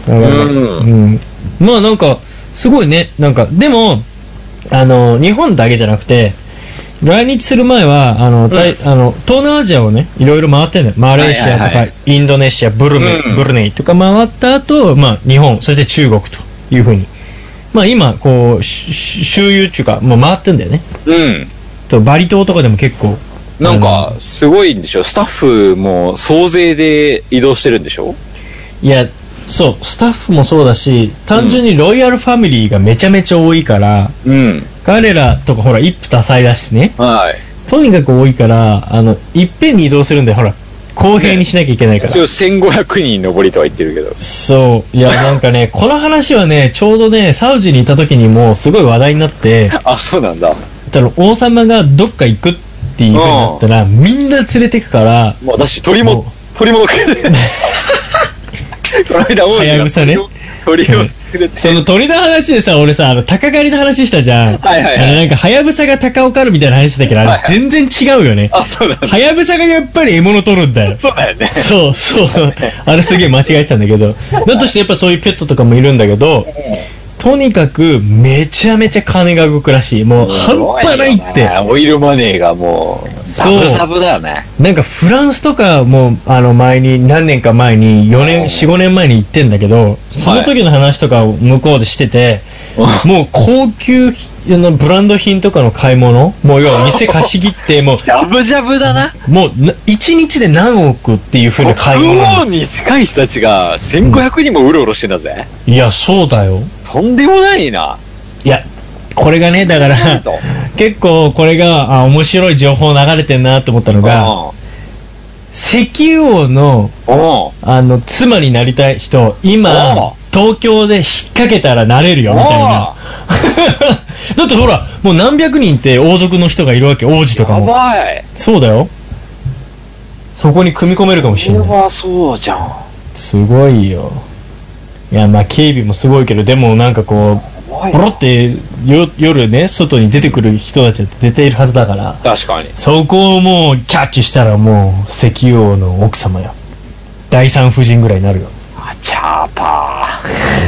まあなんか、すごいね。なんか、でも、日本だけじゃなくて、来日する前は、東南アジアをね、いろいろ回ってんだよ。マレーシアとか、インドネシア、ブルネイとか回った後、まあ、日本、そして中国というふうに。まあ、今、こう、周遊っていうか、もう回ってんだよね。と、バリ島とかでも結構。 なんか、すごいんでしょ？スタッフも総勢で移動してるんでしょ？ いや、そう、スタッフもそうだし、単純にロイヤルファミリーがめちゃめちゃ多いから、彼らとかほら一夫多妻だしね、とにかく多いから、いっぺんに移動するんで、ほら公平にしなきゃいけないから、 1500人上りとは言ってるけど、 そういやなんかねこの話はねちょうどねサウジにいた時にもすごい話題になって、 あ、そうなんだ。 だから王様がどっか行くっていう風になったら、みんな連れてくから、 もう私鳥も食ってこの間王子がはやぶさね、 鳥を連れてその鳥の話でさ、俺さ、鷹狩りの話したじゃん。なんか、はやぶさが鷹を狩るみたいな話したけど、あれ全然違うよね。 あ、そうなんだ。 はやぶさがやっぱり獲物取るんだよ。 そうだよね。 そう。あれすげえ間違えてたんだけど。だとしてやっぱそういうペットとかもいるんだけど、とにかくめちゃめちゃ金が動くらしい。もう半端ないって。 オイルマネーがもう、ザブザブだよね。 なんかフランスとかも、何年か前に、4、5年前に行ってんだけど、その時の話とかを向こうでしてて、もう高級ブランド品とかの買い物、もう要は店貸し切って、もう、 ジャブジャブだな。 もう、1日で何億っていう風な買い物。 国王に近い人たちが1500人もうろうろしてんだぜ。 いや、そうだよ。 とんでもないな。 いや、これがね、だから、結構これが、面白い情報流れてんなと思ったのが、石油王の、妻になりたい人、今、東京で引っ掛けたらなれるよ、みたいな。だってほら、もう何百人って王族の人がいるわけ、王子とかも。 やばい。 そうだよ。そこに組み込めるかもしれない。 これはそうじゃん。 すごいよ。いや、まあ警備もすごいけど、でもなんかこう、ポロって夜ね、外に出てくる人たちだって出ているはずだから。 確かに。 そこをもうキャッチしたらもう石油王の奥様よ。第三夫人ぐらいになるよ。 チャーパ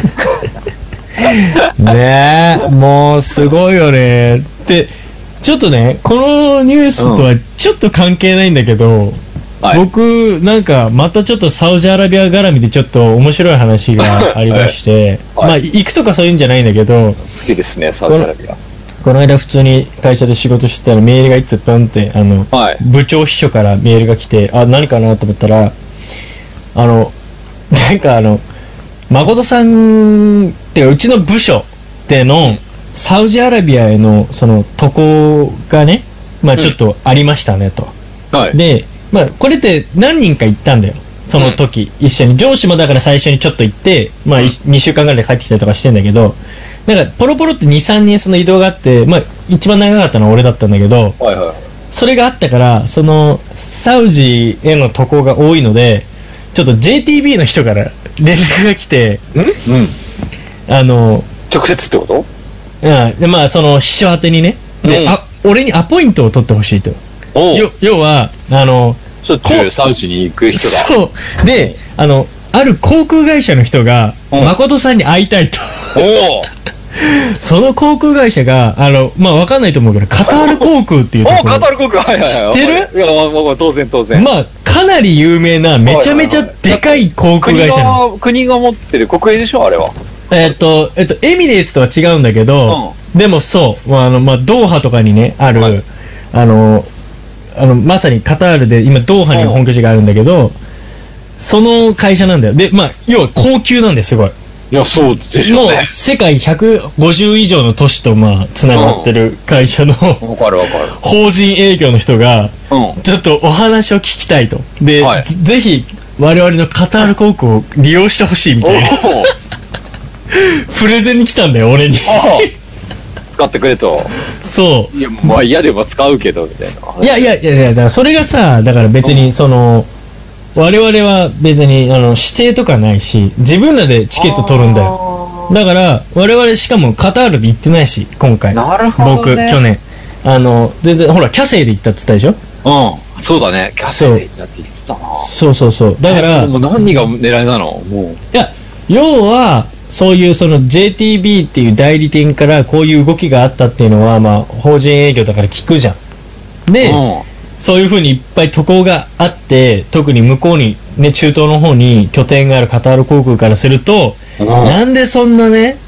ー。ねえ、もうすごいよね。で、ちょっとね、このニュースとはちょっと関係ないんだけど、僕、なんか、またちょっとサウジアラビア絡みでちょっと面白い話がありまして、まあ、行くとかそういうんじゃないんだけど、 好きですね、サウジアラビア。 この間普通に会社で仕事してたらメールがいつポンって、部長秘書からメールが来て、何かなと思ったら、なんか誠さんってうちの部署でのサウジアラビアへのその渡航がね、まあちょっとありましたねと。で、まあこれって何人か行ったんだよ。その時、一緒に。上司もだから最初にちょっと行って、まあ2週間ぐらいで帰ってきたりとかしてんだけど、なんかポロポロって2、3人その移動があって、まあ一番長かったのは俺だったんだけど、それがあったから、そのサウジへの渡航が多いので、ちょっと JTB の人から連絡が来て、 直接ってこと？ でまあその秘書宛てにね、で、俺にアポイントを取ってほしいと。要はしょっちゅうサウジに行く人だ。 そうである航空会社の人が誠さんに会いたいと。その航空会社がまあわかんないと思うけどカタール航空っていうところ。 カタール航空、はいはいはい。 知ってる？ いや、当然。 まあかなり有名なめちゃめちゃでかい航空会社なの。 国が持ってる国営でしょあれは。 エミレーツとは違うんだけど、でもそう、まあドーハとかにねある、まさにカタールで今ドーハに本拠地があるんだけど、その会社なんだよ。で、まあ要は高級なんだよ、すごい。 いや、そうでしょうね。 もう世界150以上の都市とまあつながってる会社の、 わかるわかる。 法人営業の人が、 うん。 ちょっとお話を聞きたいと。で、 はいぜひ我々のカタール航空を利用してほしいみたいなおプレゼンに来たんだよ、俺に。 使ってくれと。 そいや、まあ嫌でも使うけど、みたいな。 う。いや、だからそれがさ、だから別にその、我々は別に指定とかないし、自分らでチケット取るんだよ。だから、我々しかもカタールで行ってないし、今回。 なるほど、 僕、 ね。 去年。全然、ほら、キャセイで行ったって言ったでしょ。 うん。そうだね。キャセイで行ったって言ってたな。 そう。だから、 もう何が狙いなのもう。 いや、要は、そういうその JTB っていう代理店からこういう動きがあったっていうのは、まあ、法人営業だから聞くじゃん。で、そういう風にいっぱい渡航があって、特に向こうに、ね、中東の方に拠点があるカタール航空からすると、なんでそんなね、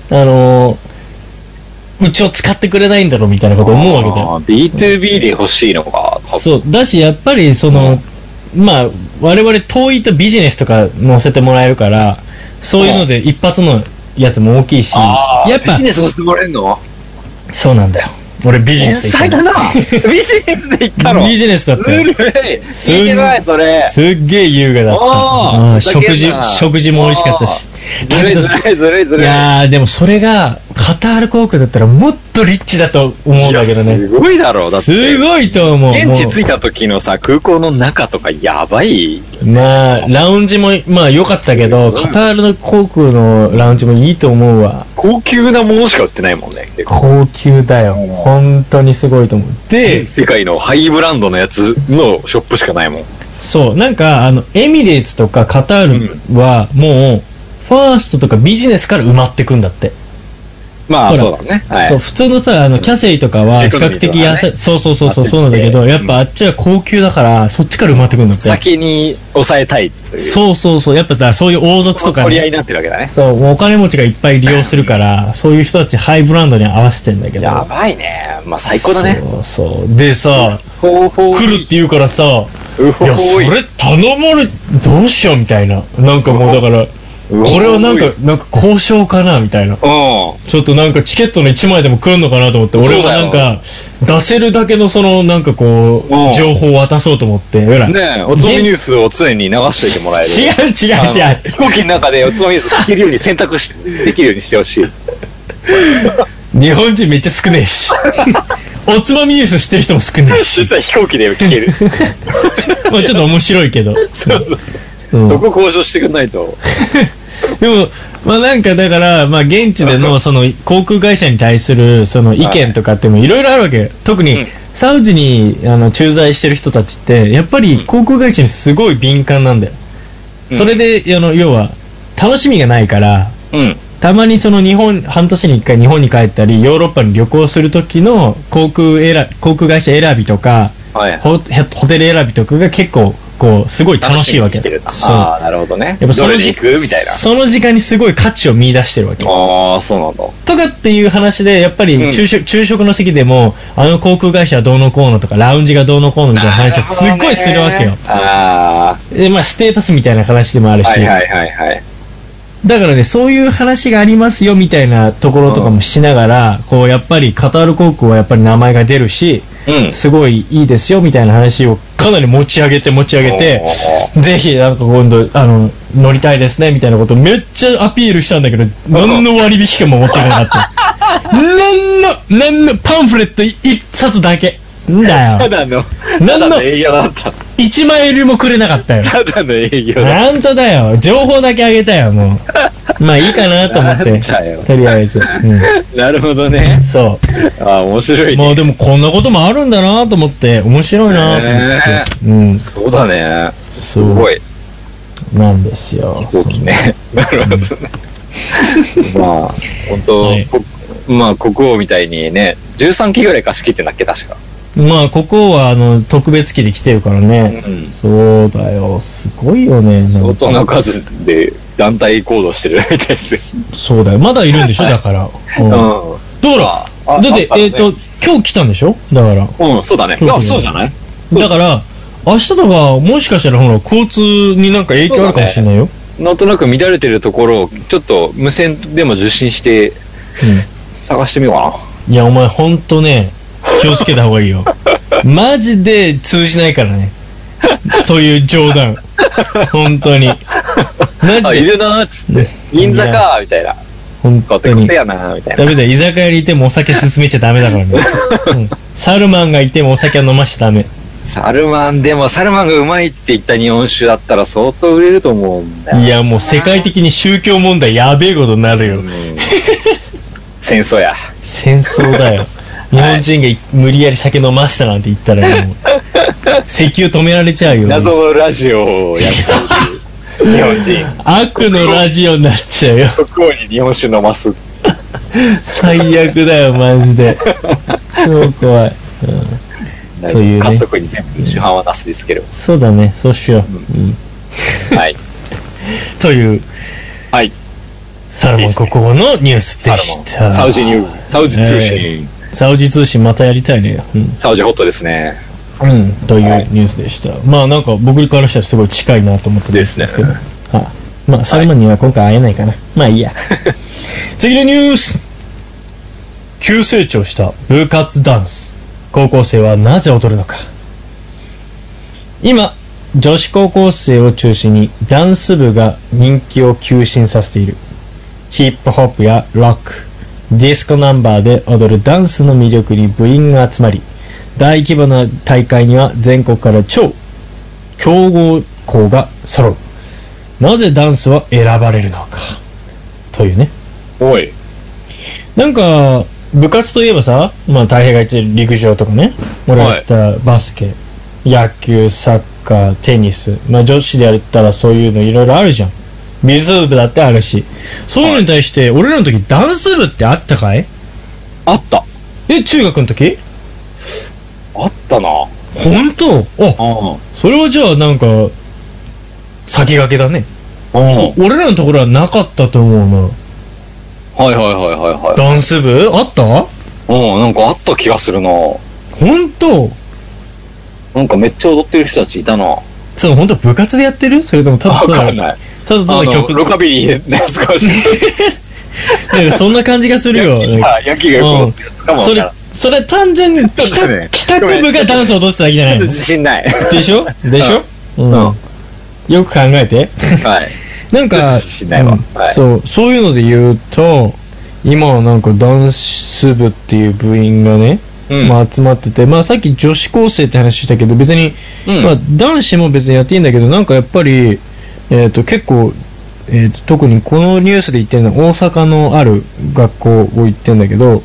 うちを使ってくれないんだろうみたいなこと思うわけだよ。 B2B で欲しいのか。 そう。だし、やっぱりその、まあ、我々遠いとビジネスとか載せてもらえるから、そういうので一発のやつも大きいし、やっぱ、 ビジネスをしてもらえるの？ そうなんだよ。俺ビジネスで行った。 天才だな。ビジネスで行ったの？ ビジネスだったよ。 ずるい。聞いてない、それ。 すっげえ優雅だった。食事も美味しかったし。 ずるい。 いやー、でもそれが、カタール航空だったらもっとリッチだと思うんだけどね。 すごいだろう、だって。 すごいと思う。 現地着いた時のさ、空港の中とかやばい。 まあ、ラウンジも、まあ良かったけど、カタールの航空のラウンジもいいと思うわ。 高級なものしか売ってないもんね。 高級だよ。本当にすごいと思う。で、 世界のハイブランドのやつのショップしかないもん。 そう、なんか、エミレーツとかカタールは、もう、ファーストとかビジネスから埋まってくんだって。 まあ、そうだね。はい。 そう、普通のさ、キャセイとかは比較的安い。そうなんだけど、やっぱあっちは高級だから、そっちから埋まってくんだって。 先に抑えたい。 そう。やっぱさ、そういう王族とか取り合いになってるわけだね。 そう、お金持ちがいっぱい利用するから、そういう人たちハイブランドに合わせてんだけど。 やばいね。まあ、最高だね。 そう。でさ、来るって言うからさ、いや、それ頼まれ、どうしようみたいな。なんかもうだから、これはなんか交渉かなみたいな。ちょっとなんかチケットの1枚でも来るのかなと思って、俺もなんか、出せるだけのそのなんかこう、情報を渡そうと思って、ねえ、おつまみニュースを常に流しといてもらえる。 違う。 飛行機の中でおつまみニュース聞けるように選択できるようにしてほしい。 日本人めっちゃ少ねえし。おつまみニュース知ってる人も少ねえし。 実は飛行機で聞ける。 まあちょっと面白いけど。 そう。そこ交渉してくんないと。 でも、まあなんかだから、まあ現地でのその航空会社に対するその意見とかってもいろいろあるわけよ。特にサウジに駐在してる人たちって、やっぱり航空会社にすごい敏感なんだよ。それで、要は、楽しみがないから、たまにその半年に一回日本に帰ったり、ヨーロッパに旅行する時の航空会社選びとか、ホテル選びとかが結構、こう、すごい楽しいわけだ。 ああ、なるほどね。 やっぱどれに行くみたいな。 その時間にすごい価値を見出してるわけ。 ああ、そうなんだ。 とかっていう話で、やっぱり昼食の席でも、航空会社はどうのこうのとか、ラウンジがどうのこうのみたいな話をすっごいするわけよ。で、まあ、ステータスみたいな話でもあるし。だからね、そういう話がありますよみたいなところとかもしながら、こう、やっぱりカタール航空はやっぱり名前が出るし、すごいいいですよみたいな話をかなり持ち上げて、ぜひなんか今度、乗りたいですねみたいなことをめっちゃアピールしたんだけど、何の割引券も持ってこなかった。何のパンフレット一冊だけ。んだよ。 ただの営業だった。 1万円もくれなかったよ。 ただの営業だ。 ほんとだよ。情報だけあげたよ、もう。まあいいかなと思って。とりあえず。 なるほどね。 そう。 ああ、面白いね。 まあでもこんなこともあるんだなと思って、面白いなと思って。 そうだね。すごい。 なんですよ。 飛行機ね。なるほどね。まあ、本当まあ国王みたいにね、13機ぐらい貸し切ってんだっけ、確か。 まあ、ここは、特別機で来てるからね。そうだよ。すごいよね。 相当な数で団体行動してるみたいですよ。 そうだよ。まだいるんでしょ、だから。だって、今日来たんでしょだから。 そうだね。そうじゃない？ だから、明日とか、もしかしたら、ほら、交通になんか影響あるかもしれないよ。 なんとなく乱れてるところを、ちょっと無線でも受信して、探してみようかな。いや、お前ほんとね、気をつけた方がいいよ。マジで通じないからね。そういう冗談。本当に。マジで。 いるなーっつって。銀座かーみたいな。 本当に。 やなーみたいな。 ダメだよ。居酒屋にいてもお酒進めちゃダメだからね。サルマンがいてもお酒は飲ましちゃダメ。 サルマンがうまいって言った日本酒だったら相当売れると思うんだよ。 いや、もう世界的に宗教問題やべえことになるよ。 戦争や。 戦争だよ。日本人が無理やり酒飲ましたなんて言ったらもう石油止められちゃうよ。 謎のラジオをやってる日本人。 悪のラジオになっちゃうよ。 国王に日本酒飲ます。 最悪だよマジで。超怖い。というね。 監督に全部主犯はなすですけど。 そうだね。そうしよう。はい。 という。 はい。 サルモン国王のニュースでした。 サウジ通信。 サウジ通信またやりたいね。 サウジホットですね。 というニュースでした。まあなんか僕からしたらすごい近いなと思ってですけど。まあサルモンには今回会えないかな。まあいいや。次のニュース。急成長した部活ダンス。高校生はなぜ踊るのか。今、女子高校生を中心にダンス部が人気を急進させている。ヒップホップやロック、ディスコナンバーで踊るダンスの魅力に部員が集まり、大規模な大会には全国から超強豪校が揃う。なぜダンスは選ばれるのか。というね。 おい。 なんか、部活といえばさ、まあ大平が言ってる陸上とかね、俺が言ってたバスケ、野球、サッカー、テニス、まあ女子でやったらそういうのいろいろあるじゃん。美術部だってあるし、そういうのに対して、俺らの時ダンス部ってあったかい？ あった。 中学の時？ あったな。 ほんと？それはじゃあなんか、先駆けだね。俺らのところはなかったと思うな。 はい。 ダンス部あった？ なんかあった気がするな。ほんと？ なんかめっちゃ踊ってる人たちいたな。 それほんと部活でやってる？それともただわかんない。 ただ曲ロカビリーのやつかもしれない。 なんかそんな感じがするよ。 ヤキがよく踊ってるやつかも。 それ単純に帰宅部がダンス踊ってただけじゃないの？ 自信ない。 でしょ？よく考えて。 はい。 なんか、そういうので言うと、今はなんかダンス部っていう部員がね、まあ集まってて、まあさっき女子高生って話したけど、別に、まあ男子も別にやっていいんだけど、なんかやっぱり、結構、特にこのニュースで言ってるのは大阪のある学校を言ってるんだけど、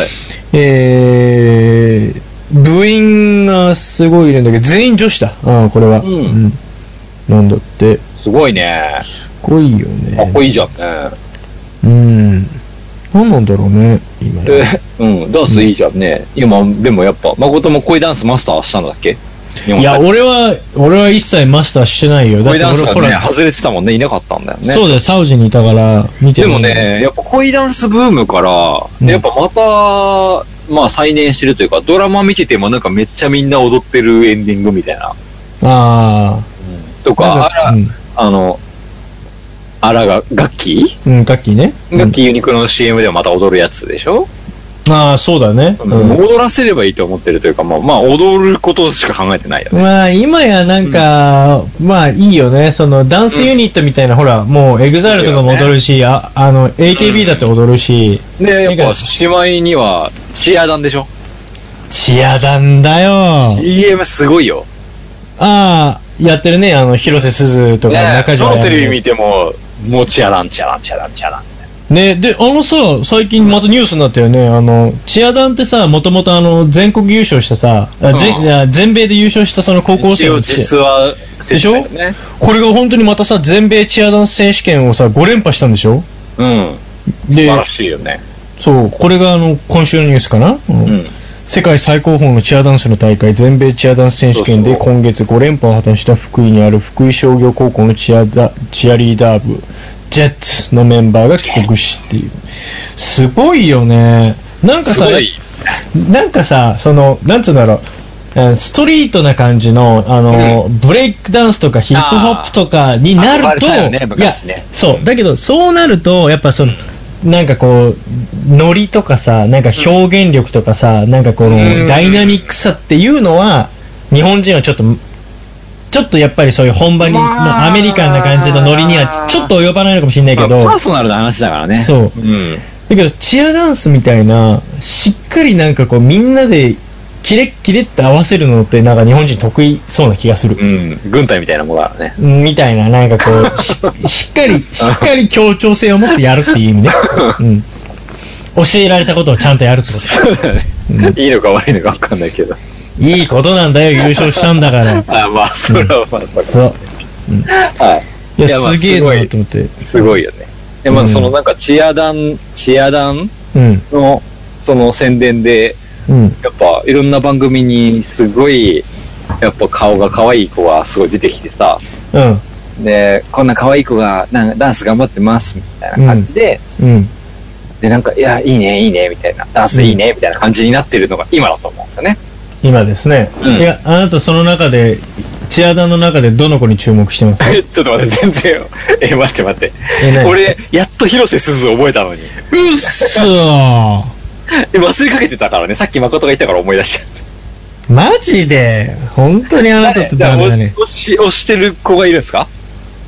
部員がすごいいるんだけど、全員女子だ。これは。なんだって。 すごいね。 かっこいいよね。 かっこいいじゃんね。 何なんだろうね、今。 ダンスいいじゃんね。今、でもやっぱ、誠も恋ダンスマスターしたんだっけ？ いや、俺は一切マスターしてないよ。 だって俺ほら、外れてたもんね、いなかったんだよね。 そうだよ、サウジにいたから見てる。 でもね、やっぱ恋ダンスブームから、やっぱまた、まあ再燃してるというか、ドラマ見ててもなんかめっちゃみんな踊ってるエンディングみたいな。とか、あらが、ガッキー？ ガッキーね。 ガッキーユニクロの CM ではまた踊るやつでしょ？ そうだね。 踊らせればいいと思ってるというか、まあ踊ることしか考えてないよね。 まあ今やなんか、まあいいよね。そのダンスユニットみたいな、ほら、もうエグザイルとかも踊るし、AKB だって踊るし。 で、やっぱ姉妹には、チアダンでしょ？ チアダンだよ。 CM すごいよ。 やってるね、広瀬すずとか中条あやみ。 テレビ見ても、もうチアダン。 ね、で、最近またニュースになったよね。チアダンってさ、もともと全国優勝したさ、全米で優勝したその高校生の実は、 でしょ？これが本当にまたさ、全米チアダンス選手権をさ、5連覇したんでしょ？ 素晴らしいよね。 そう、これが今週のニュースかな？世界最高峰のチアダンスの大会、全米チアダンス選手権で今月5連覇を果たした福井にある福井商業高校のチアリーダー部、ジェッツのメンバーが帰国しっていう。すごいよね。なんかさ、なんつうんだろう。 ストリートな感じの、ブレイクダンスとかヒップホップとかになると、いや、そう、だけど、そうなると、やっぱなんかこう、ノリとかさ、なんか表現力とかさ、なんかこの、ダイナミックさっていうのは、日本人はちょっとやっぱりそういう本場に、アメリカンな感じのノリにはちょっと及ばないのかもしれないけど、 パーソナルな話だからね。 そう。だけど、チアダンスみたいな、しっかりなんかこう、みんなで、キレッキレって合わせるのってなんか日本人得意そうな気がする。 軍隊みたいなものだからね。 みたいな、なんかこう、しっかり協調性を持ってやるっていう意味ね。教えられたことをちゃんとやるってこと。 そうだね。いいのか悪いのか分かんないけど。 いいことなんだよ、優勝したんだから。 まあ、それはまあ、 そう。はい。いや、すげえなと思って。 すごいよね。で、まあ、なんか、チアダンの、その宣伝で、やっぱいろんな番組にすごいやっぱ顔が可愛い子がすごい出てきてさ、でこんな可愛い子がダンス頑張ってますみたいな感じで、でなんかいやいいねいいねみたいなダンスいいねみたいな感じになってるのが今だと思うんですよね。 今ですね。いやあなたその中でチアダンの中でどの子に注目してますか？ ちょっと待って全然待って俺やっと広瀬すず覚えたのに。 うっそー。 忘れかけてたからね。さっき誠が言ったから思い出しちゃった。 マジで本当にあなたってダメだね。 推してる子がいるんですか？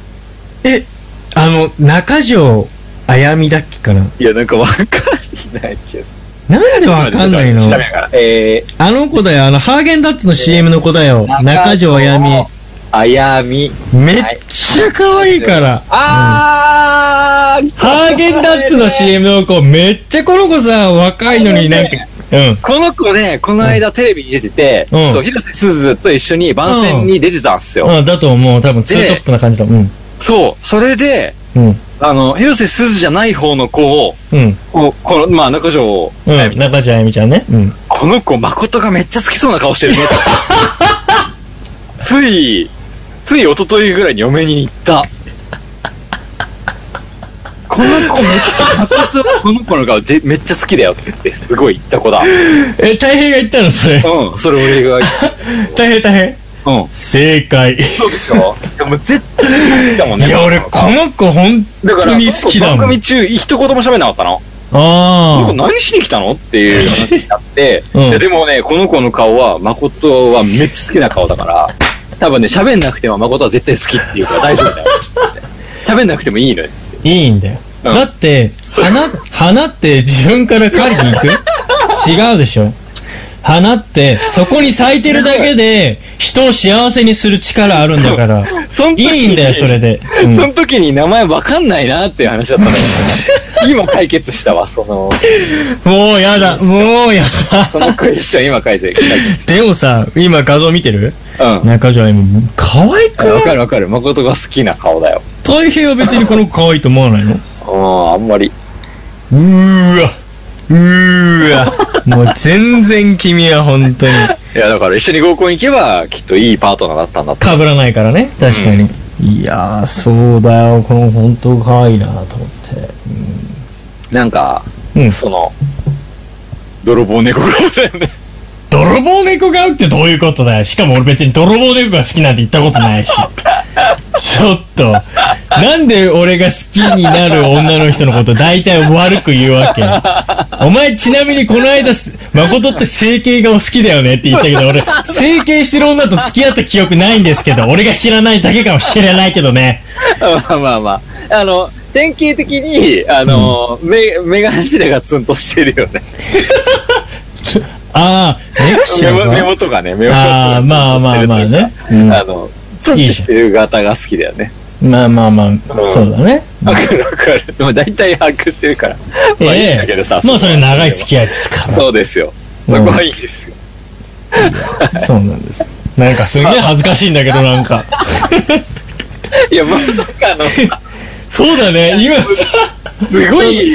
中条あやみだっけかな。 いやなんかわかんないけど。 なんでわかんないの？あの子だよ。ハーゲンダッツの CM の子だよ。中条あやみ。めっちゃ可愛いから。ハーゲンダッツの CM の子、めっちゃこの子さ、若いのになんか、 この子ね、この間テレビに出てて、そう、広瀬すずと一緒に番宣に出てたんですよ。 だと思う。多分ツートップな感じだ。 そう、それで、広瀬すずじゃない方の子を、この、まあ、中条あやみちゃんね。 この子、誠がめっちゃ好きそうな顔してるね。つい一昨日ぐらいに嫁に行った。この子この子の顔めっちゃ好きだよって言ってすごい言った子だ。 大平が言ったのそれ？ それ俺が言った。 大平。正解。 そうでしょ？でも絶対好きだもんね。 いや俺この子本当に好きだもん。 番組中一言も喋んなかったの。この子何しに来たのっていう話になって、でもねこの子の顔は誠はめっちゃ好きな顔だから。多分ね、喋んなくても誠は絶対好きっていうから大丈夫だよ。喋んなくてもいいのよ。 いいんだよ。だって、花って自分から狩りに行く？違うでしょ。花って、そこに咲いてるだけで、人を幸せにする力あるんだから。いいんだよ、それで。 その時に名前わかんないなっていう話だったんだけど、今解決したわ、もうやだ。 そのクエスチョン今解決。 でもさ、今画像見てる？中条あやみ、可愛くない？ わかる。誠が好きな顔だよ。 大平は別にこの子可愛いと思わないの？ あんまり。 うーわ。もう全然君は本当に。 いやだから一緒に合コン行けばきっといいパートナーだったんだって。 被らないからね、確かに。いやー、そうだよ。この本当可愛いなと思って。 なんか、泥棒猫顔だよね。 泥棒猫顔ってどういうことだよ。しかも俺別に泥棒猫が好きなんて言ったことないし。ちょっと、なんで俺が好きになる女の人のこと大体悪く言うわけ？お前ちなみにこの間、誠って整形が好きだよねって言ったけど、俺、整形してる女と付き合った記憶ないんですけど、俺が知らないだけかもしれないけどね。 まあ。典型的に、目頭がツンとしてるよね。目元がね、目元がまあね。 ツンとしてる型が好きだよね。 まあ、そうだね。 わかる。でも大体把握してるから。まあいいんだけどさ。 もうそれ長い付き合いですから。 そうですよ。そこはいいですよ。 そうなんです。なんかすげえ恥ずかしいんだけど、なんか。 いや、まさかの。 そうだね、今。すごい。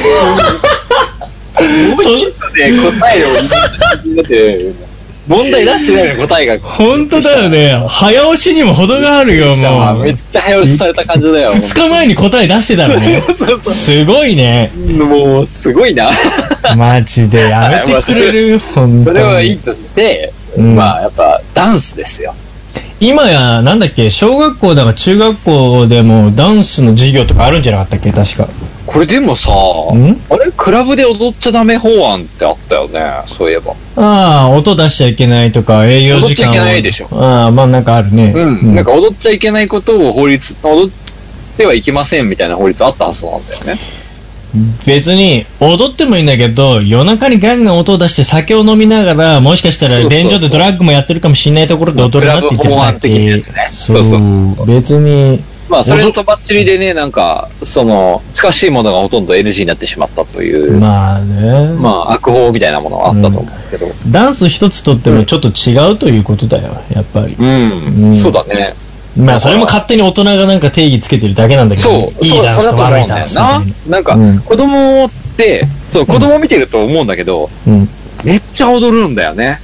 答えを言って問題出してないの答えが。 本当だよね。早押しにも程があるよ、もう。 めっちゃ早押しされた感じだよ。 2日前に答え出してたのね。すごいね。 もう、すごいな。 マジでやめてくれる？本当に。 それはいいとして、 まあやっぱダンスですよ。 今や、なんだっけ、小学校だか中学校でもダンスの授業とかあるんじゃなかったっけ、確か。 これでもさ、あれクラブで踊っちゃダメ法案ってあったよね、そういえば。 ああ、音出しちゃいけないとか、営業時間を。踊っちゃいけないでしょ。 ああ、まあなんかあるね。 なんか踊っちゃいけないことを踊ってはいけませんみたいな法律あったはずなんだよね。 別に踊ってもいいんだけど、夜中にガンガン音を出して酒を飲みながら、もしかしたら便所でドラッグもやってるかもしれないところで踊るなって言ってるだけ。そう別に。 まあそれとばっちりでね、なんか近しいものがほとんど NG になってしまったという、 まあね、 まあ悪法みたいなものはあったと思うんですけど、 ダンス一つとってもちょっと違うということだよ、やっぱり。 そうだね。 まあそれも勝手に大人がなんか定義つけてるだけなんだけど、いいダンスと悪いダンスみたいな。 なんか子供って子供見てると思うんだけど、めっちゃ踊るんだよね。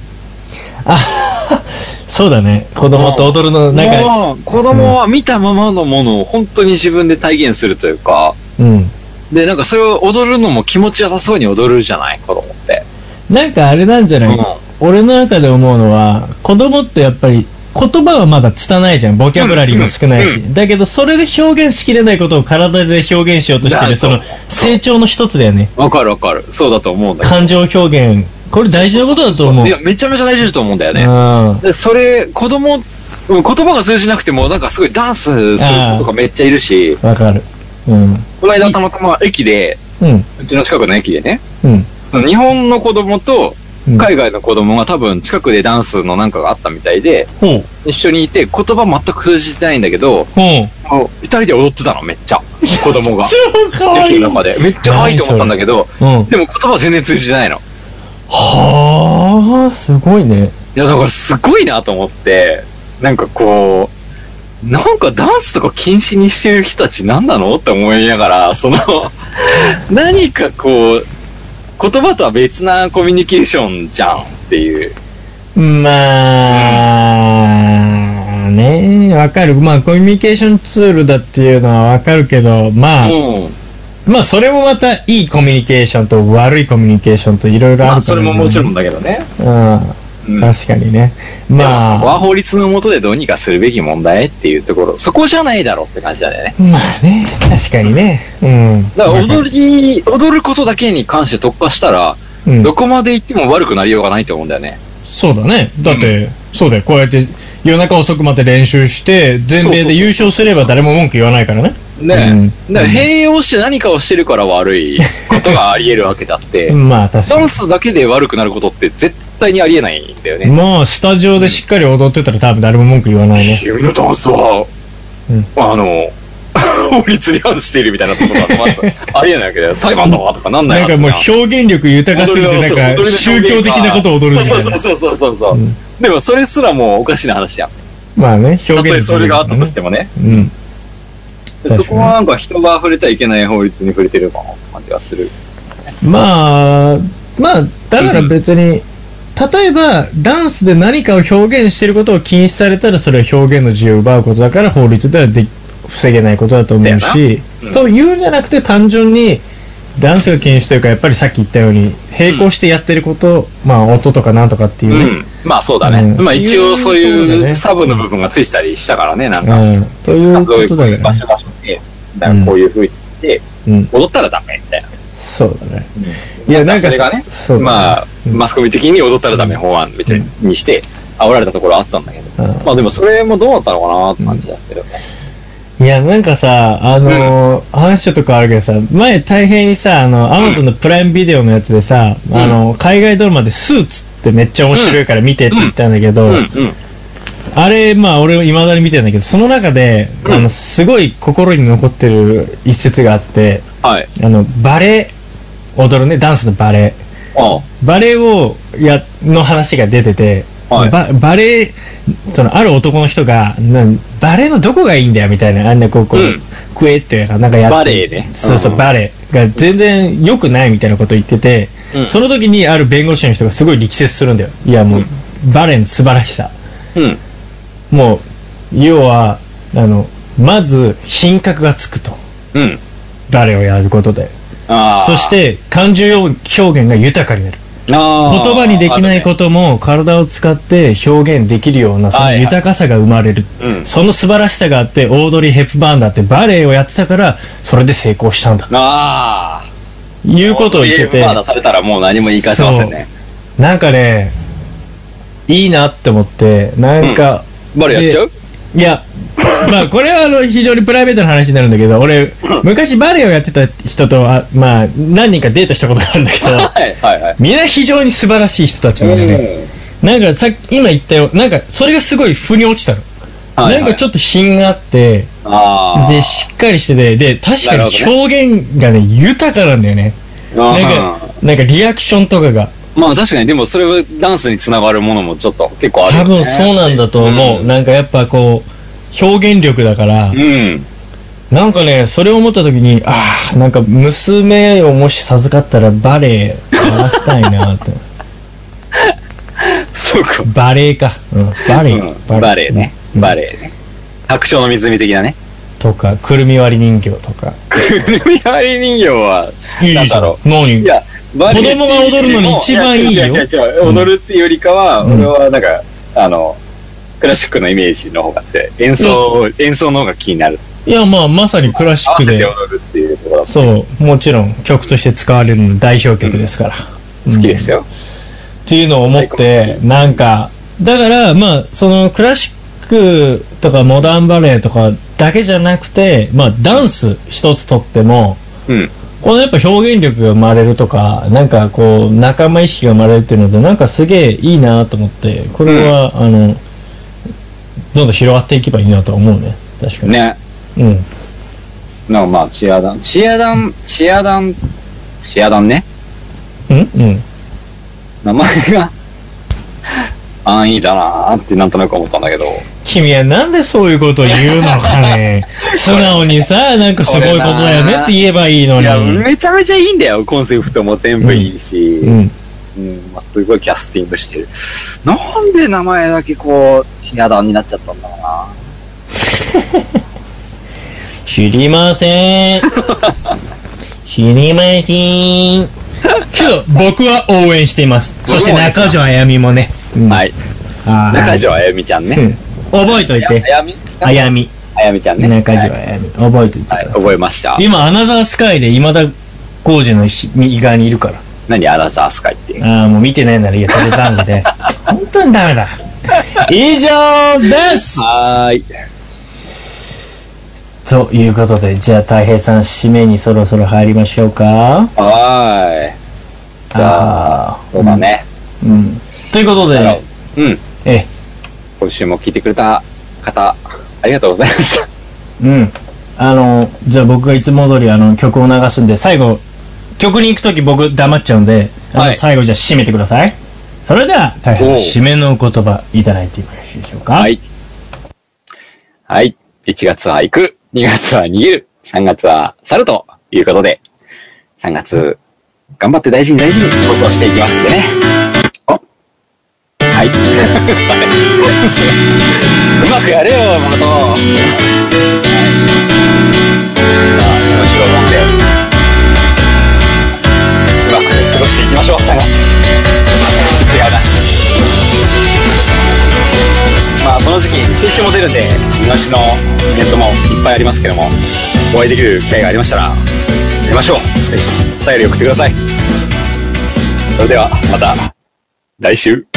そうだね。子供と踊るの、なんか。 子供は見たままのものを本当に自分で体現するというか、で、なんかそれを踊るのも気持ちよさそうに踊るじゃない、子供って。 なんかあれなんじゃない、俺の中で思うのは、子供ってやっぱり言葉はまだ拙いじゃん。ボキャブラリーも少ないし。だけどそれで表現しきれないことを体で表現しようとしてる、その成長の一つだよね。 わかるわかる。そうだと思うんだけど。 感情表現。これ大事なことだと思う。 いや、めちゃめちゃ大事だと思うんだよね。で、それ、言葉が通じなくても、なんかすごいダンスする子とかめっちゃいるし。 わかる。 この間たまたま駅で、うちの近くの駅でね、日本の子供と海外の子供が多分近くでダンスのなんかがあったみたいで、一緒にいて言葉全く通じてないんだけど、二人で踊ってたの、めっちゃ。子供が。 超かわいい。 駅の中で。めっちゃ可愛いと思ったんだけど、でも言葉全然通じてないの。 はあ、すごいね。 いや、だからすごいなと思って、なんかこう、なんかダンスとか禁止にしてる人たち何なのって思いながら、何かこう、言葉とは別なコミュニケーションじゃんっていう。 まあ、ね、わかる。まあ、コミュニケーションツールだっていうのはわかるけど、まあ、まあそれもまたいいコミュニケーションと悪いコミュニケーションといろいろあるから、ね。 それももちろんだけどね。 確かにね。まあ。 そこは法律の下でどうにかするべき問題っていうところ、そこじゃないだろうって感じだよね。 まあね、確かにね。 だから踊ることだけに関して特化したら、どこまで行っても悪くなりようがないと思うんだよね。 そうだね。だって、そうだよ。こうやって夜中遅くまで練習して、全米で優勝すれば誰も文句言わないからね。 ね、だから併用して何かをしてるから悪いことがあり得るわけだって、 まあ確かに。 ダンスだけで悪くなることって絶対にありえないんだよね。 まあスタジオでしっかり踊ってたら多分誰も文句言わないね。 君のダンスは、法律に反しているみたいなところはまずありえないわけだよ。裁判だわとかなんないわけだ。 なんかもう表現力豊かすぎて、なんか宗教的なことを踊るみたいな。 そう。でもそれすらもうおかしな話じゃん。 まあね、表現力。たとえそれがあったとしてもね。そこはなんか人が触れてはいけない法律に触れてるかな感じがする。 まあ、だから別に、例えばダンスで何かを表現していることを禁止されたら、それは表現の自由を奪うことだから法律では防げないことだと思うし、というんじゃなくて単純にダンスが禁止というか、やっぱりさっき言ったように並行してやってること、まあ音とかなんとかっていうね、 まあそうだね、まあ一応そういうサブの部分がついてたりしたからね、なんか、 ということだよね。 場所でだからこういう風に言って踊ったらダメみたいな。 そうだね。いやなんかそれがね、まあマスコミ的に踊ったらダメ法案別にして煽られたところはあったんだけど、まあでもそれもどうだったのかなって感じだけどね。 いやなんかさ、話ちょっと変わるけどさ、前大変にさ、Amazon のプライムビデオのやつでさ、海外ドラマでスーツってめっちゃ面白いから見てって言ったんだけど、あれ、まあ俺未だに見てるんだけど、その中で、すごい心に残ってる一節があって、バレエ、踊るね、ダンスのバレエ。バレエの話が出てて、バレエ、ある男の人が、バレエのどこがいいんだよみたいな、あんなクエっていうか、なんかやって。 バレエね。 そうそう、バレエが全然良くないみたいなこと言ってて、その時にある弁護士の人がすごい力説するんだよ。いやもう、バレエの素晴らしさ。もう、要は、まず品格がつくと。バレエをやることで。そして、感情表現が豊かになる。 言葉にできないことも体を使って表現できるような、その豊かさが生まれる。その素晴らしさがあって、オードリー・ヘプバーンだってバレエをやってたから、それで成功したんだ。いうことを言ってて。 ヘプバーン出されたらもう何も言い返せませんね。 なんかね、いいなって思って、なんか。 バレエやっちゃう？ いや、まあこれは非常にプライベートな話になるんだけど、俺昔バレエをやってた人とまあ何人かデートしたことがあるんだけど、みんな非常に素晴らしい人たちなんだよね。なんか今言ったよ、なんかそれがすごい腑に落ちたの。なんかちょっと品があって、でしっかりしてて、で確かに表現がね豊かなんだよね。なんかリアクションとかが。 まあ確かに、でもそれはダンスにつながるものもちょっと結構あるよね。 多分そうなんだと思う。なんかやっぱこう表現力だから、なんかね、それを思った時に、なんか娘をもし授かったらバレエやらせたいなって。 そうか。 バレエか。バレエ。 バレエね。バレエね。白鳥の湖的なね。 とか、くるみ割り人形とか。 くるみ割り人形は、 なんだろう。何？いや、子供が踊るのに一番いいよ。 踊るっていうよりかは、俺はなんか、クラシックのイメージの方が強い。演奏の方が気になる。 いや、まあ、まさにクラシックで。 合わせて踊るっていうところ。 そう、もちろん曲として使われる代表曲ですから。 好きですよ。 っていうのを思って、なんか、だから、まあ、そのクラシックとかモダンバレエとかだけじゃなくて、まあ、ダンス一つとっても、このやっぱ表現力が生まれるとか、なんかこう、仲間意識が生まれるっていうので、なんかすげえいいなと思って、これは、どんどん広がっていけばいいなと思うね。確かに。 ね。なんかまあ、チアダンね。名前が、安易だなーってなんとなく思ったんだけど。 君はなんでそういうことを言うのかね。素直にさ、なんかすごいことだよねって言えばいいのに。いや、 めちゃめちゃいいんだよ。コンセプトも全部いいし。まあ、すごいキャスティングしてる。なんで名前だけこう、チアダンになっちゃったんだろうな。 知りません。知りません。けど、僕は応援しています。そして中条あやみもね。 はい。中条あやみちゃんね。 覚えといて。あやみちゃんね。 中条あやみ。覚えといて。 はい、覚えました。 今、アナザースカイで今田耕司の右側にいるから。 何アナザースカイって。 もう見てないなら、いや、食べたんで。本当にダメだ。以上です。ということで、じゃあ、たい平さん、締めにそろそろ入りましょうか。 じゃあ、そうだね。 ということで、 今週も聞いてくれた方、ありがとうございました。 じゃあ僕がいつも通り曲を流すんで、最後、曲に行くとき僕黙っちゃうんで、最後じゃあ締めてください。それでは、たい平さん、締めの言葉いただいてよろしいでしょうか。 はい。1月は行く。2月は逃げる。3月は去るということで、3月、頑張って大事に放送していきますんでね。はい。うまくやれよ、ママと。面白いもんで。うまく過ごしていきましょう、3月。違うな。まあ、この時期、新種も出るんで、東のイベントもいっぱいありますけども、お会いできる機会がありましたら、やりましょう。ぜひ、お便り送ってください。それでは、また、来週。